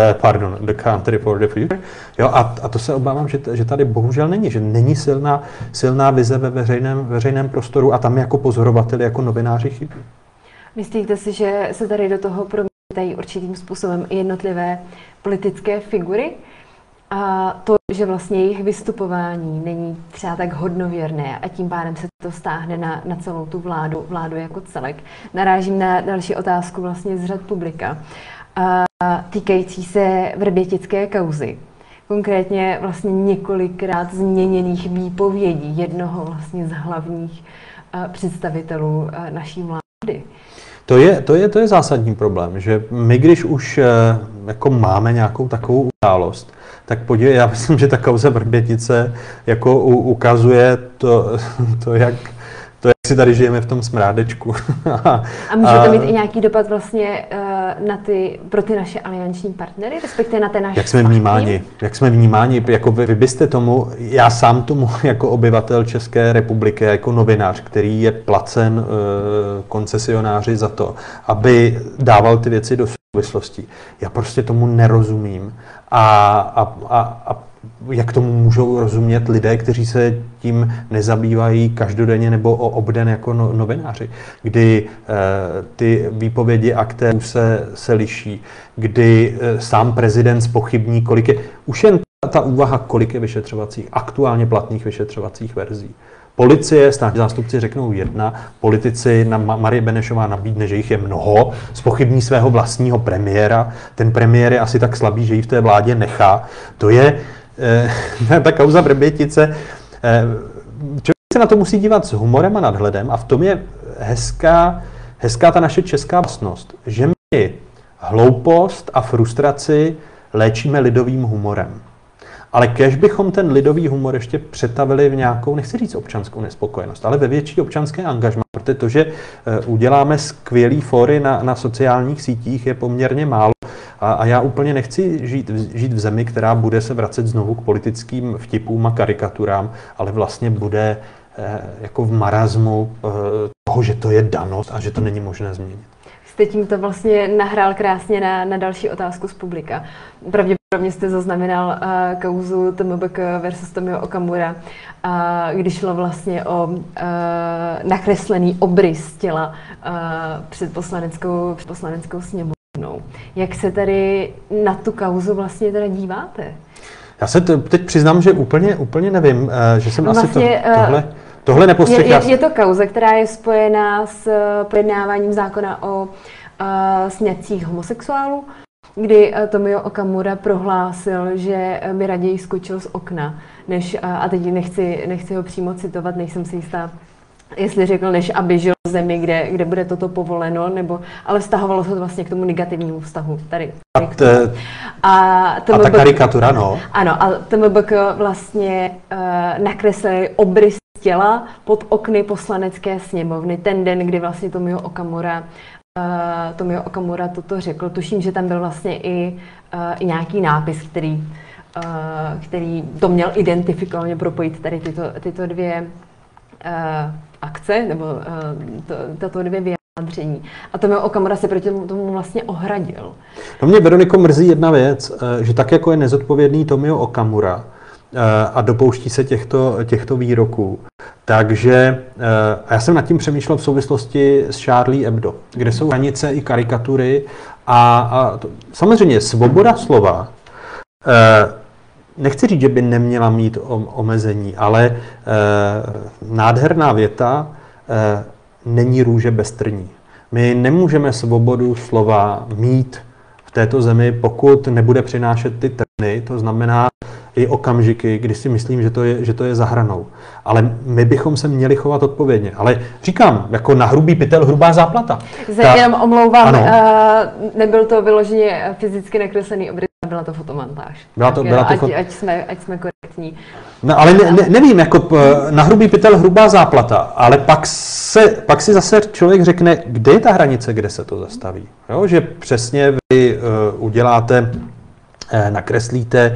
the future. Jo, a to se obávám, že tady bohužel není, že není silná vize ve veřejném prostoru a tam jako pozorovateli, jako novináři chybí. Myslíte si, že se tady do toho promítají určitým způsobem i jednotlivé politické figury? A to, že vlastně jejich vystupování není třeba tak hodnověrné a tím pádem se to stáhne na celou tu vládu jako celek. Narážím na další otázku vlastně z řad publika, týkající se vrbětické kauzy. Konkrétně vlastně několikrát změněných výpovědí jednoho vlastně z hlavních představitelů naší vlády. To je zásadní problém, že my, když už jako máme nějakou takovou událost, tak podívej, já myslím, že ta kauza Vrbětice jako ukazuje to, jak si tady žijeme v tom smrádečku. A může to mít i nějaký dopad vlastně pro ty naše alianční partnery, respektive na ten náš Jak jsme vnímáni, jako vy byste tomu, já sám tomu jako obyvatel České republiky, jako novinář, který je placen koncesionáři za to, aby dával ty věci do souvislostí. Já prostě tomu nerozumím. A jak tomu můžou rozumět lidé, kteří se tím nezabývají každodenně nebo obden jako novináři, kdy ty výpovědi aktérů se liší, kdy sám prezident zpochybní, kolik je, už jen ta úvaha, kolik je aktuálně platných vyšetřovacích verzí. Policie, státní zástupci řeknou jedna, politici, Marie Benešová nabídne, že jich je mnoho, zpochybní svého vlastního premiéra, ten premiér je asi tak slabý, že ji v té vládě nechá. To je ta kauza Vrbětice. Člověk se na to musí dívat s humorem a nadhledem a v tom je hezká ta naše česká vlastnost, že my hloupost a frustraci léčíme lidovým humorem. Ale kéž bychom ten lidový humor ještě přetavili v nějakou, nechci říct občanskou nespokojenost, ale ve větší občanské angažmá, protože to, že uděláme skvělý fóry na sociálních sítích, je poměrně málo. A já úplně nechci žít v zemi, která bude se vracet znovu k politickým vtipům a karikaturám, ale vlastně bude jako v marazmu toho, že to je danost a že to není možné změnit. Jste tímto vlastně nahrál krásně na další otázku z publika. Pravděpodobně jste zaznamenal kauzu TMBK versus Tomio Okamura, když šlo vlastně o nakreslený obrys těla před poslaneckou sněmovnou. Jak se tady na tu kauzu vlastně teda díváte? Já se teď přiznám, že úplně nevím, že jsem vlastně, asi tohle nepostřehl. Je to kauza, která je spojená s projednáváním zákona o sňatcích homosexuálů, kdy Tomio Okamura prohlásil, že by raději skočil z okna, a teď nechci ho přímo citovat, nejsem si jistá, jestli řekl, než aby žil v zemi, kde bude toto povoleno, ale vztahovalo se to vlastně k tomu negativnímu vztahu. Tady. A ta karikatura, no. Ano, a TMBK vlastně nakreslili obrys těla pod okny poslanecké sněmovny ten den, kdy vlastně Tomio Okamura toto řekl. Tuším, že tam byl vlastně i nějaký nápis, který to měl identifikovaně propojit tady tyto dvě akce, nebo tato dvě vyjádření. vyjádření. A Tomio Okamura se proti tomu vlastně ohradil. No mě, Veroniko, mrzí jedna věc, že tak jako je nezodpovědný Tomio Okamura a dopouští se těchto výroků, takže a já jsem nad tím přemýšlel v souvislosti s Charlie Hebdo, kde jsou hranice i karikatury a samozřejmě svoboda slova, nechci říct, že by neměla mít omezení, ale nádherná věta, není růže bez trní. My nemůžeme svobodu slova mít v této zemi, pokud nebude přinášet ty trny, to znamená i okamžiky, kdy si myslím, že to je za hranou. Ale my bychom se měli chovat odpovědně. Ale říkám, jako na hrubý pytel hrubá záplata. Jenom omlouvám, nebyl to vyloženě fyzicky nakreslený obraz, byla to fotomontáž. Ať jsme korektní. No, ale nevím, jako na hrubý pytel hrubá záplata, ale pak si zase člověk řekne, kde je ta hranice, kde se to zastaví. Jo? Že přesně vy uděláte, nakreslíte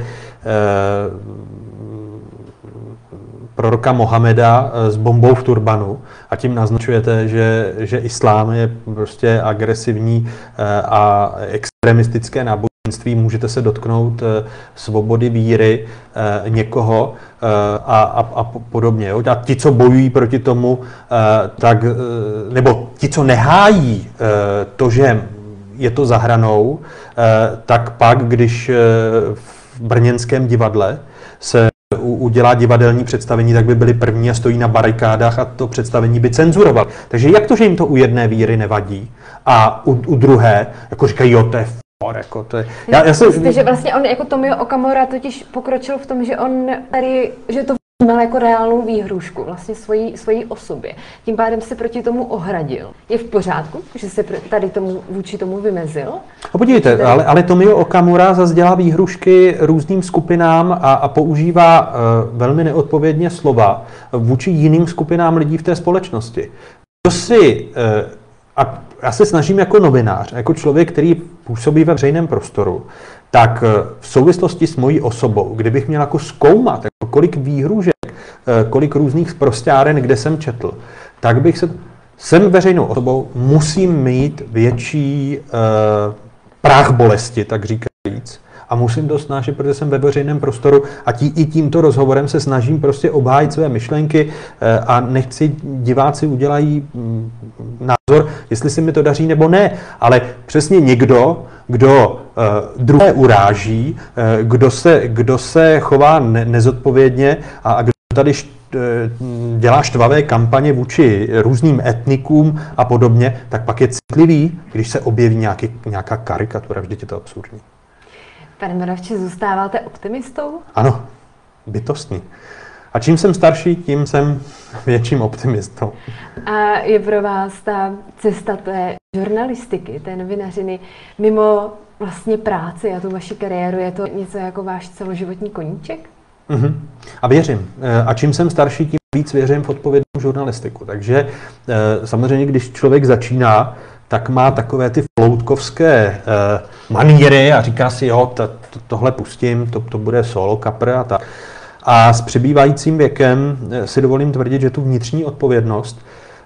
proroka Mohameda s bombou v turbanu a tím naznačujete, že islám je prostě agresivní a extremistické náboženství, můžete se dotknout svobody víry někoho a podobně. Jo? A ti, co bojují proti tomu, nebo ti, co nehájí to, že je to za hranou, tak pak, když v brněnském divadle se udělá divadelní představení, tak by byli první a stojí na barikádách a to představení by cenzuroval. Takže jak to, že jim to u jedné víry nevadí a u druhé, jako říkají, jo, to je jako to je... že vlastně on jako Tomio Okamura totiž pokročil v tom, že on tady, že to měl jako reálnou výhrušku vlastně svojí osobě. Tím pádem se proti tomu ohradil. Je v pořádku, že se tady vůči tomu vymezil? A podívejte, ale Tomio Okamura zase dělá výhrušky různým skupinám a používá velmi neodpovědně slova vůči jiným skupinám lidí v té společnosti. A já se snažím jako novinář, jako člověk, který působí ve veřejném prostoru, tak v souvislosti s mojí osobou, kdybych měl jako zkoumat, jako kolik výhružek, kolik různých sprosťáren, kde jsem četl, tak bych jsem veřejnou osobou, musím mít větší práh bolesti, tak říkajíc, a musím to snášet, protože jsem ve veřejném prostoru a i tímto rozhovorem se snažím prostě obhájit své myšlenky a nechci, diváci udělají názor, jestli se mi to daří nebo ne, ale přesně někdo, kdo druhé uráží, kdo se chová nezodpovědně a kdo tady dělá štvavé kampaně vůči různým etnikům a podobně, tak pak je citlivý, když se objeví nějaká karikatura, vždyť je to absurdní. Pane Moravče, zůstáváte optimistou? Ano, bytostný. A čím jsem starší, tím jsem větším optimistou. A je pro vás ta cesta té žurnalistiky, té novinařiny, mimo vlastně práci a tu vaši kariéru, je to něco jako váš celoživotní koníček? A věřím. A čím jsem starší, tím víc věřím v odpovědnou žurnalistiku. Takže samozřejmě, když člověk začíná, tak má takové ty floutkovské maníry a říká si, jo, tohle pustím, to bude solo kapr a tak. A s přibývajícím věkem si dovolím tvrdit, že tu vnitřní odpovědnost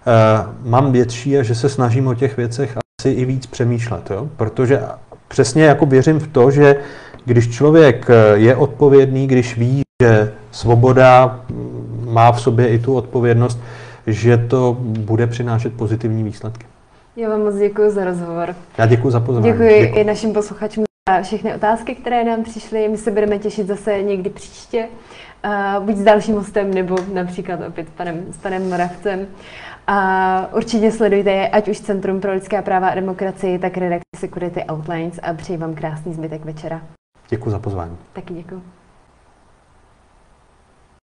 mám větší a že se snažím o těch věcech asi i víc přemýšlet. Jo? Protože přesně jako věřím v to, že když člověk je odpovědný, když ví, že svoboda má v sobě i tu odpovědnost, že to bude přinášet pozitivní výsledky. Já vám moc děkuji za rozhovor. Já děkuji za pozvání. Děkuji i našim posluchačům za všechny otázky, které nám přišly. My se budeme těšit zase někdy příště, buď s dalším hostem, nebo například opět s panem Moravcem. A určitě sledujte ať už Centrum pro lidská práva a demokracii, tak redakci Security Outlines a přeji vám krásný zbytek večera. Děkuji za pozvání. Taky děkuji.